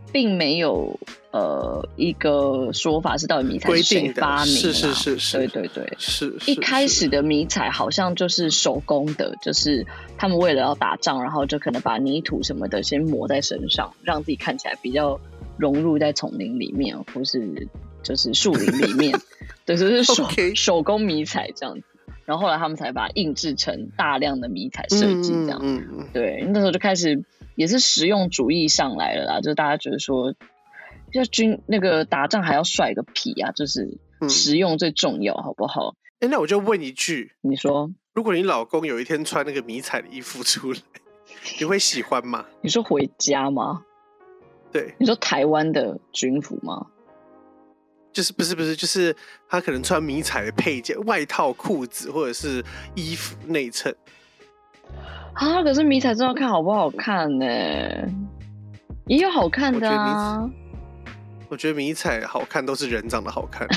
并没有呃一个说法是到底迷彩是谁发明的， 是是是是， 对对对， 是。 一开始的迷彩好像就是手工的，就是他们为了要打仗，然后就可能把泥土什么的先抹在身上，让自己看起来比较融入在丛林里面，或是就是树林里面，对，就是手、okay. 手工迷彩这样子。然后后来他们才把它印制成大量的迷彩设计这样，嗯嗯嗯、对，那时候就开始也是实用主义上来了啦，就是大家觉得说，要军那个打仗还要帅个屁啊，就是实用最重要，嗯、好不好？ 哎，那我就问一句， 你说， 如果你老公有一天穿那个迷彩的衣服出来，你会喜欢吗？ 你说回家吗？ 对， 你说台湾的军服吗？ 就是不是不是，就是他可能穿迷彩的配件，外套、裤子或者是衣服内衬啊。可是迷彩真的要看好不好看呢、欸？也有好看的啊。 我觉得迷彩好看都是人长得好看，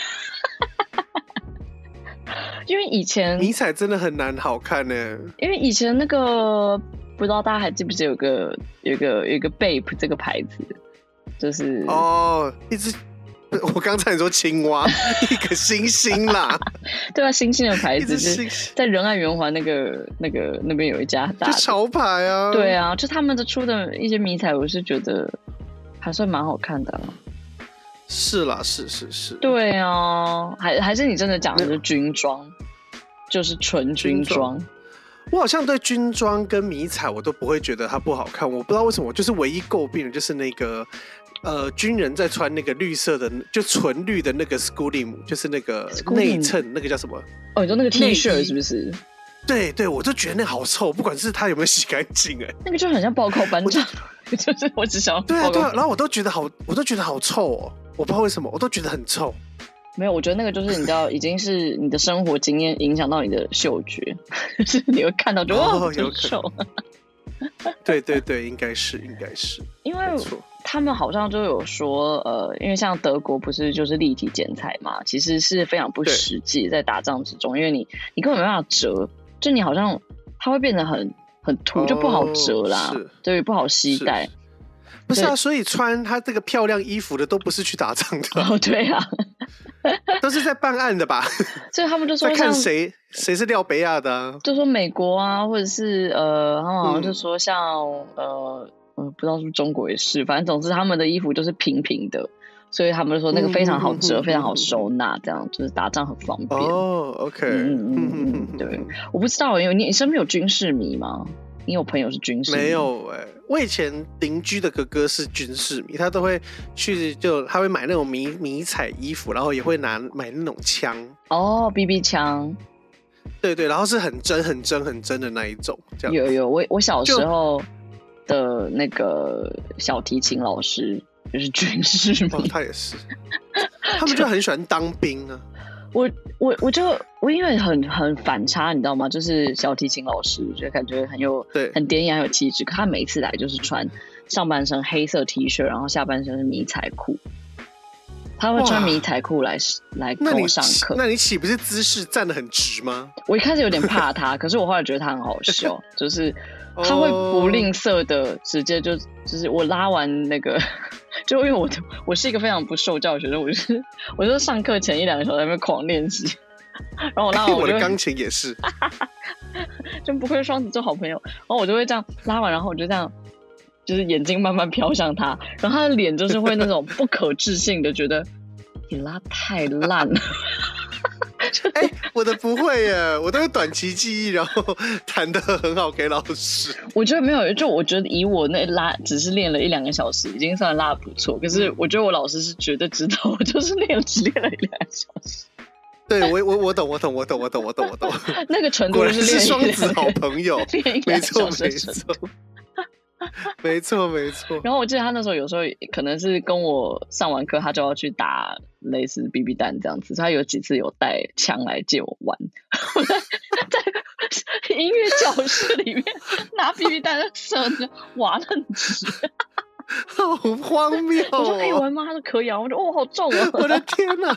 因为以前迷彩真的很难好看呢、欸。 因为以前那个不知道大家还记不记得有个有个有个 Bape 这个牌子，就是哦，一直。我刚才说青蛙，一个星星啦， 对啊，星星的牌子就是在仁爱圆环那个那个那边有一家大的， 就潮牌啊， 对啊，就他们的出的一些迷彩，我是觉得还算蛮好看的啦。 是啦，是是是， 对啊，还还是你真的讲的是军装，就是纯军装。 我好像对军装跟迷彩我都不会觉得它不好看，我不知道为什么，就是唯一诟病的就是那个。呃，军人在穿那个绿色的，就纯绿的那个 schooling， 就是那个内衬，那个叫什么？ 哦，你说那个 T 恤是不是？ 对对，我就觉得那好臭，不管是他有没有洗干净，哎， 那个就很像报告班长，就是我只想要对啊对啊，然后我都觉得好，我都觉得好臭哦，我不知道为什么，我都觉得很臭。 没有，我觉得那个就是你知道，已经是你的生活经验影响到你的嗅觉，就是你会看到就哇，有臭。 对对对，应该是应该是， 因为他们好像就有说，呃，因为像德国不是就是立体剪裁嘛，其实是非常不实际，在打仗之中，因为你你根本没办法折，就你好像它会变得很很凸，就不好折啦，哦、对，不好携带。 不是啊，所以穿他这个漂亮衣服的都不是去打仗的。 哦，对啊， 都是在办案的吧？ 所以他们就说在看谁谁是廖北亚的、啊， 就说美国啊，或者是呃，他们好像就说像、嗯、呃。嗯，不知道是不是中国也是，反正总之他们的衣服就是平平的，所以他们就说那个非常好折，嗯、非常好收纳，这样就是打仗很方便。 哦 ，OK， 嗯嗯嗯嗯，对，我不知道，因为你你身边有军事迷吗？你有朋友是军事迷？ 没有哎、欸，我以前邻居的哥哥是军事迷，他都会去就他会买那种迷迷彩衣服，然后也会拿买那种枪哦 ，B B 枪。 对对，然后是很真很真很真的那一种，这样。 有有，我我小时候。的那个小提琴老师就是军事迷、 哦，他也是，他们就很喜欢当兵啊。 我我我就我因为很很反差，你知道吗？就是小提琴老师，就感觉很有对很典雅，很有气质。可他每一次来就是穿上半身黑色 T 恤，然后下半身是迷彩裤。他会穿迷彩裤来来跟我上课。 那你岂不是姿势站得很直吗？ 我一开始有点怕他，可是我后来觉得他很好笑，就是他会不吝啬的直接就就是我拉完那个，就因为我我是一个非常不受教的学生，我就是我就上课前一两个小时在那边狂练习，然后我拉完我就、 欸、我的钢琴也是， 真不愧双子座好朋友。然后我就会这样拉完，然后我就这样。就是眼睛慢慢飘向他，然后他的脸就是会那种不可置信的觉得你拉太烂了。 哎、欸，我的不会耶，我都是短期记忆，然后弹得很好给老师。 我觉得没有，就我觉得以我那拉只是练了一两个小时，已经算拉得不错。可是我觉得我老师是绝对知道，我就是练只练了一两个小时。 对，我我我懂，我懂，我懂，我懂，我懂，我懂。 那个程度果然是双子好朋友，没错没错。没错没错， 然后我记得他那时候有时候可能是跟我上完课，他就要去打类似 B B 弹这样子，他有几次有带枪来借我玩。我在在音乐教室里面拿 B B 弹在射着，哇，那很直， 好荒谬、哦！ 我说可以玩吗？他说可以啊。我说哦，好重啊！ 我的天哪！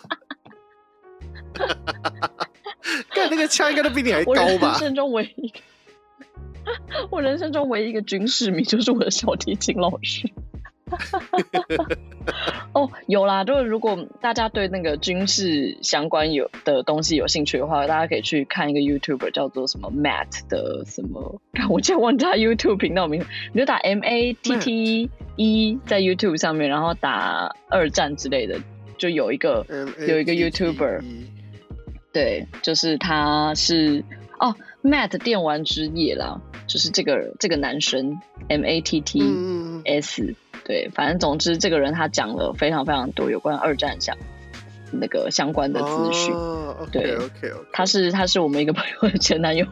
看那个枪应该都比你还高吧？ 我人生中唯一一个。我人生中唯一一个军事迷就是我的小提琴老师。 哦，有啦，就是如果大家对那个军事相关有的东西有兴趣的话，大家可以去看一个 YouTuber 叫做什么 Matt 的什么，我竟然忘记他 YouTube 频道名字，你就打 M A T T E 在 YouTube 上面，然后打二战之类的，就有一个有一个 YouTuber， 对，就是他是哦 Matt 电玩之夜啦，就是这个这个男生 M A T T S。嗯对，反正总之，这个人他讲了非常非常多有关二战相那个相关的资讯。 哦、okay, 对 ，OK OK， 他是他是我们一个朋友的前男友，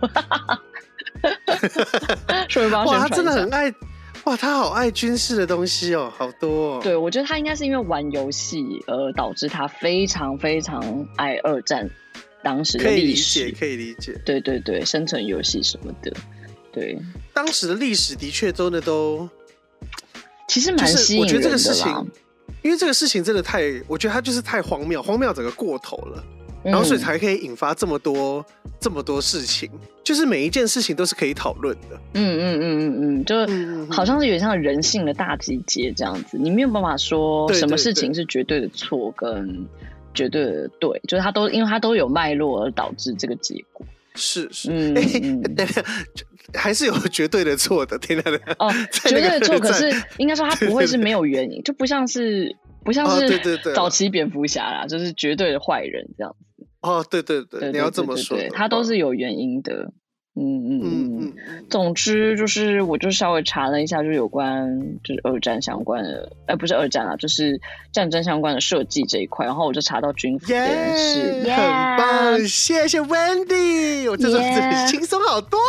所以帮他宣传一下。 哇，他真的很爱，哇，他好爱军事的东西哦，好多、哦。 对，我觉得他应该是因为玩游戏而导致他非常非常爱二战当时的历史， 可以理解，可以理解。 对对对，生存游戏什么的，对， 当时的历史的确真的都。 其实蛮吸引人的啦， 就是我觉得这个事情，因为这个事情真的太，我觉得它就是太荒谬，荒谬整个过头了，嗯、然后所以才可以引发这么多这么多事情，就是每一件事情都是可以讨论的。 嗯嗯嗯嗯嗯，就好像是有点像人性的大集结这样子，你没有办法说什么事情是绝对的错跟绝对的对，就是它都因为它都有脉络而导致这个结果。 是是，嗯，嗯等等还是有绝对的错的，天哪！ 哦，绝对的错，可是应该说它不会是没有原因，就不像是不像是早期蝙蝠侠啦，就是绝对的坏人这样子。 哦，对对 对, 对, 对, 对, 对，你要这么说， 它都是有原因的。嗯嗯嗯嗯，总之就是我就稍微查了一下，就有关就是二战相关的，呃，不是二战啦，就是战争相关的设计这一块，然后我就查到军服这件事， yeah, 很棒，谢谢 Wendy， 我这种很轻松好多。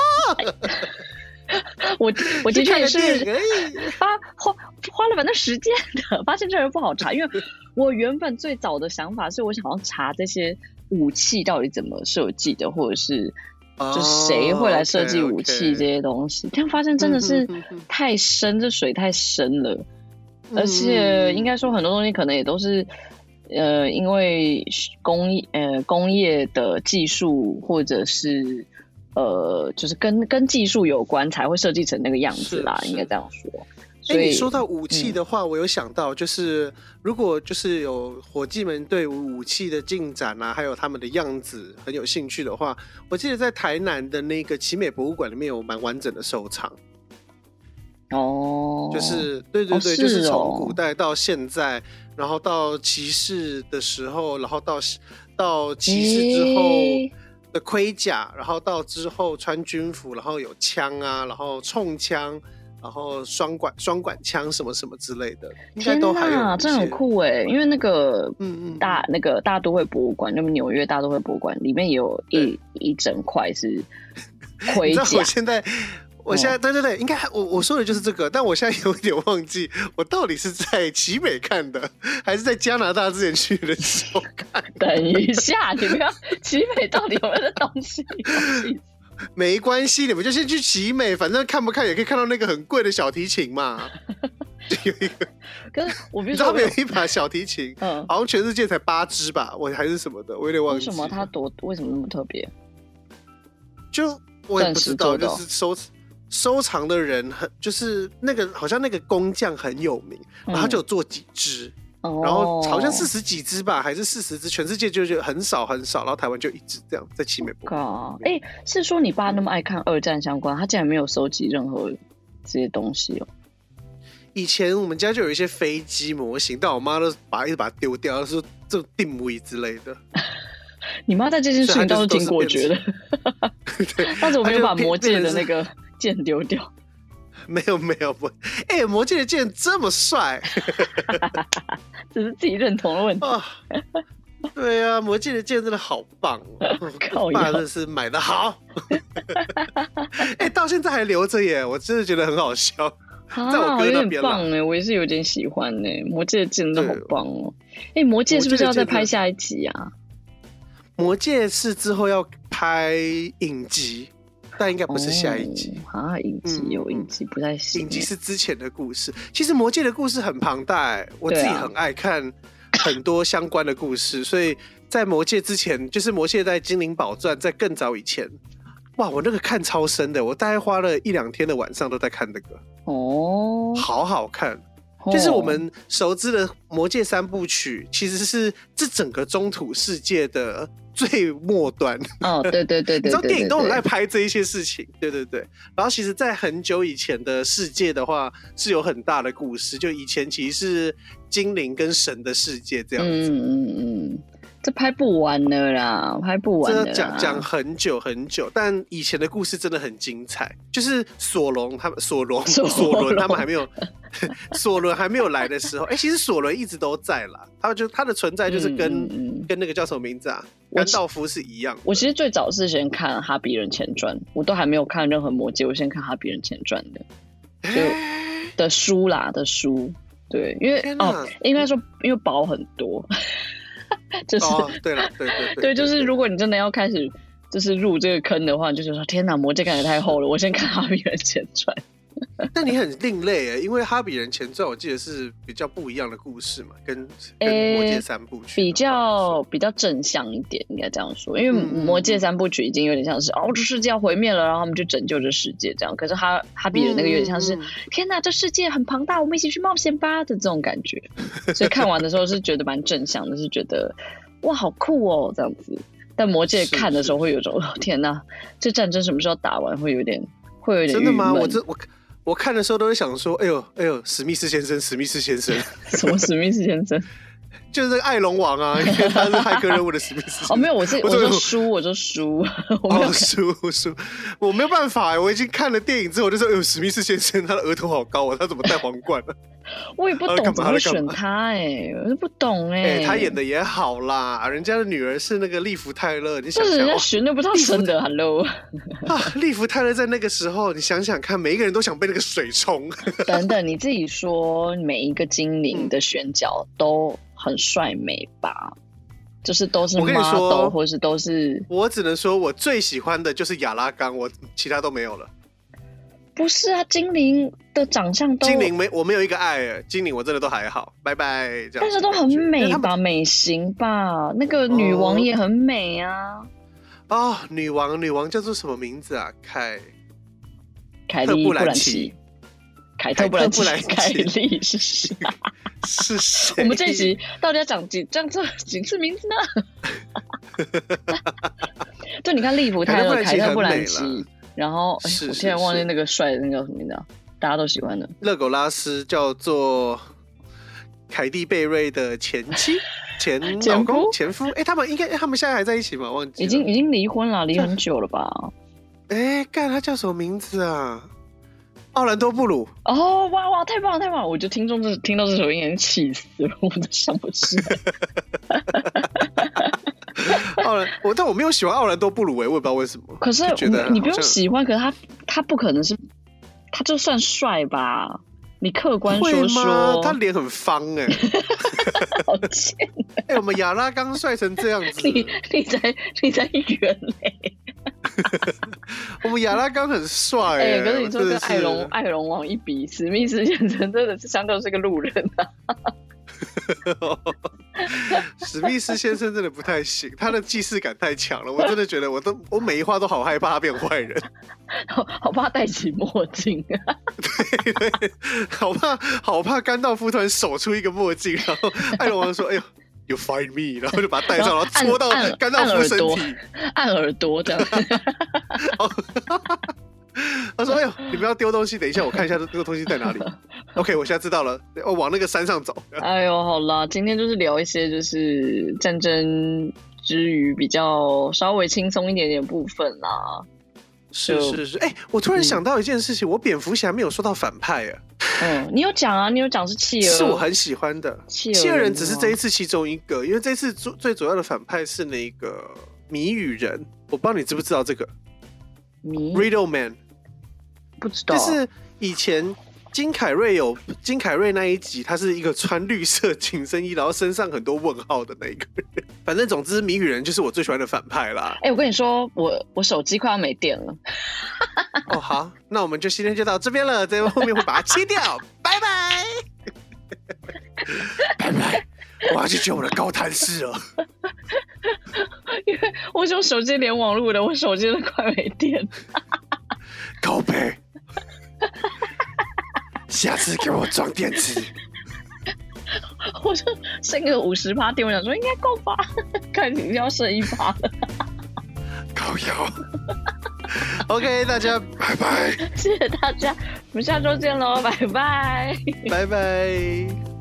我我的确也是花花花了蛮多时间的，发现这人不好查，因为我原本最早的想法是我想要查这些武器到底怎么设计的，或者是。就谁会来设计武器这些东西？但、oh, okay, okay. 发现真的是太深，这水太深了，嗯、而且应该说很多东西可能也都是呃，因为工业呃工业的技术或者是呃，就是跟跟技术有关才会设计成那个样子啦，应该这样说。 哎、欸，你说到武器的话、嗯，我有想到，就是如果就是有伙计们对武器的进展啊，还有他们的样子很有兴趣的话，我记得在台南的那个奇美博物馆里面有蛮完整的收藏。 哦， 就是对对对，哦、是就是从古代到现在，然后到骑士的时候，然后到到骑士之后的盔甲，然后到之后穿军服，然后有枪啊，然后冲枪。然后双管双管枪什么什么之类的，应该都还有。 这很酷哎！因为那个嗯嗯大那个大都会博物馆，那么纽约大都会博物馆里面也有一一整块是盔甲。 我现在我现在、哦、对对对，应该我我说的就是这个，但我现在有点忘记我到底是在奇美看的，还是在加拿大之前去的时候看的。 等一下，你不要奇美到底有没有这东西？ 没关系，你们就先去奇美，反正看不看也可以看到那个很贵的小提琴嘛。就有一个， 可是我必须说， 你知道他们有一把小提琴，嗯，好像全世界才八支吧，我还是什么的，我有点忘记。 为什么它多？为什么那么特别？ 就我也不知道，就是收收藏的人很，就是那个好像那个工匠很有名，然后他就有做几支。嗯，然后好像四十几只吧，还是四十只，全世界就就很少很少，然后台湾就一只这样在奇美博物馆。 哎，是说你爸那么爱看二战相关，他竟然没有收集任何这些东西哦？ 以前我们家就有一些飞机模型，但我妈都把一直把它丢掉，说这种定位之类的。 你妈在这件事情倒是挺果决的，但是我没有把魔戒的那个剑丢掉。 没有没有不，哎、欸，魔戒的剑这么帅， 只是自己认同的问题。哦、 对啊，魔戒的剑真的好棒、哦，我爸真的是买的好。哎、欸，到现在还留着耶，我真的觉得很好笑。 啊、 在我哥那边有点棒哎，我也是有点喜欢哎，魔戒的剑真的好棒哦。哎、欸，魔戒是不是要再拍下一集啊？ 魔戒是之后要拍影集。但应该不是下一集、 哦、啊！影集有、嗯、影集不太行， 影集是之前的故事。其实《魔戒》的故事很庞大，我自己很爱看很多相关的故事，啊、所以在《魔戒》之前，就是《魔戒》在《精灵宝钻》在更早以前，哇，我那个看超深的，我大概花了一两天的晚上都在看这个哦，好好看。 就是我们熟知的魔戒三部曲其实是这整个中土世界的最末端。 哦，对对对对，你知道电影都很爱拍这一些事情，对对对。然后其实在很久以前的世界的话是有很大的故事，就以前其实是精灵跟神的世界这样子。 嗯嗯嗯，这拍不完了啦，拍不完了啦， 这讲讲很久很久。但以前的故事真的很精彩，就是索隆他们索隆索伦他们还没有索伦还没有来的时候，哎、欸，其实索伦一直都在啦，他就他的存在就是跟、嗯嗯嗯、跟那个叫什么名字啊，甘道夫是一样的。 我其实最早是先看《哈比人前传》，我都还没有看任何魔戒，我先看《哈比人前传》的，就的书啦的书，对，因为哦，应该说因为薄很多。就是、 哦、对了，对 对 对, 对， 对，就是如果你真的要开始就是入这个坑的话，就是说天哪，魔戒看得太厚了，我先看《哈比人前传》。 但你很另类耶，因为《哈比人前传》我记得是比较不一样的故事嘛，跟跟魔戒三部曲、欸、 比较比较正向一点，应该这样说。因为魔戒三部曲已经有点像是、嗯、哦，这世界要毁灭了，然后他们就拯救这世界这样。可是哈哈比人那个有点像是、嗯、天哪，这世界很庞大，我们一起去冒险吧的这种感觉。所以看完的时候是觉得蛮正向的，是觉得哇好酷哦这样子。但魔戒看的时候会有种天哪，这战争什么时候打完，会有点会有点郁闷。 真的吗？我这我。我看的时候都会想说，哎呦哎呦，史密斯先生，史密斯先生， 什么史密斯先生？ 就是这个艾隆王啊，因为他是骇客任务的史密斯先生。 哦，没有，我是我说书，我说书，我没有书书，我没有办法，我已经看了电影之后，我就说，哎呦，史密斯先生，他的额头好高啊，他怎么戴皇冠啊？ 我也不懂怎么会选他哎、欸，我都不懂哎、欸欸。他演的也好啦，人家的女儿是那个利弗泰勒，你想想， 人家选的不到生的 ，Hello 啊，利弗泰勒在那个时候，你想想看，每一个人都想被那个水冲。 等等，你自己说，每一个精灵的选角都很帅美吧？就是都是 model， 或是都是…… 我只能说，我最喜欢的就是亚拉冈，我其他都没有了。 不是啊，精灵的长相都…… 精灵没我没有一个爱，精灵我真的都还好，拜拜。这样但是都很美吧，美型吧，那个女王也很美啊。 哦，哦女王，女王叫做什么名字啊？凯凯莉布兰奇，凯特布兰奇，凯莉是谁？ 是谁？ 我们这一集到底要讲几讲这几次名字呢？就你看利弗泰勒、凯特布兰奇。然后是是是我现在忘记那个帅的那个叫什么名字啊？大家都喜欢的勒狗拉斯叫做凯蒂贝瑞的前妻、前老公、前夫。哎、欸，他们应该他们现在还在一起吗？忘记了， 已经已经离婚了，离很久了吧？ 哎、欸，干他叫什么名字啊？奥兰多布鲁。 哦，哇哇，太棒了太棒了！我就听众这听到这首音乐气死了，我都想不起来。 奥兰，我但我没有喜欢奥兰多布鲁维，我也不知道为什么。 可是你不用喜欢，可是他他不可能是，他就算帅吧？你客观说说， 他脸很方哎、欸， 好贱哎、 欸！我们亚拉冈帅成这样子， 你你才你才圆嘞！ 我们亚拉冈很帅哎、欸， 可是你说跟艾隆艾隆王一比，史密斯先生真的是相当是个路人啊。 史密斯先生真的不太行，他的既视感太强了，我真的觉得我都我每一话都好害怕他变坏人， 好, 好怕戴起墨镜啊， 对对，好怕好怕甘道夫突然手出一个墨镜，然后艾隆王说：“哎呦 ，You find me”， 然后就把他戴上，然后戳到甘道夫身体， 按耳朵这样。 他说：“哎呦，你不要丢东西，等一下我看一下这个东西在哪里。”OK， 我现在知道了，我往那个山上走。 哎呦，好啦，今天就是聊一些就是战争之余比较稍微轻松一点点部分啦。 是是是，哎、欸，我突然想到一件事情，嗯、我蝙蝠侠没有说到反派啊。 嗯，你有讲啊，你有讲是企鹅， 是我很喜欢的。企鹅人只是这一次其中一个，因为这次最主要的反派是那个谜语人，我不知道你知不知道这个谜 Riddle Man。 不知道， 就是以前金凯瑞有金凯瑞那一集，他是一个穿绿色紧身衣，然后身上很多问号的那一个人。反正总之，谜语人就是我最喜欢的反派啦。 哎、欸，我跟你说，我我手机快要没电了。 哦，好，那我们就今天就到这边了，在后面会把它切掉，拜拜，拜拜，我要去救我的高谭市了。 因为我是用手机连网路的，我手机都快没电了。 高配。下次给我装电池。 我就剩个五十趴电，我想说应该够吧，看你要剩一趴了， 靠腰。OK， 大家拜拜， 谢谢大家，我们下周见喽，拜拜， 拜拜。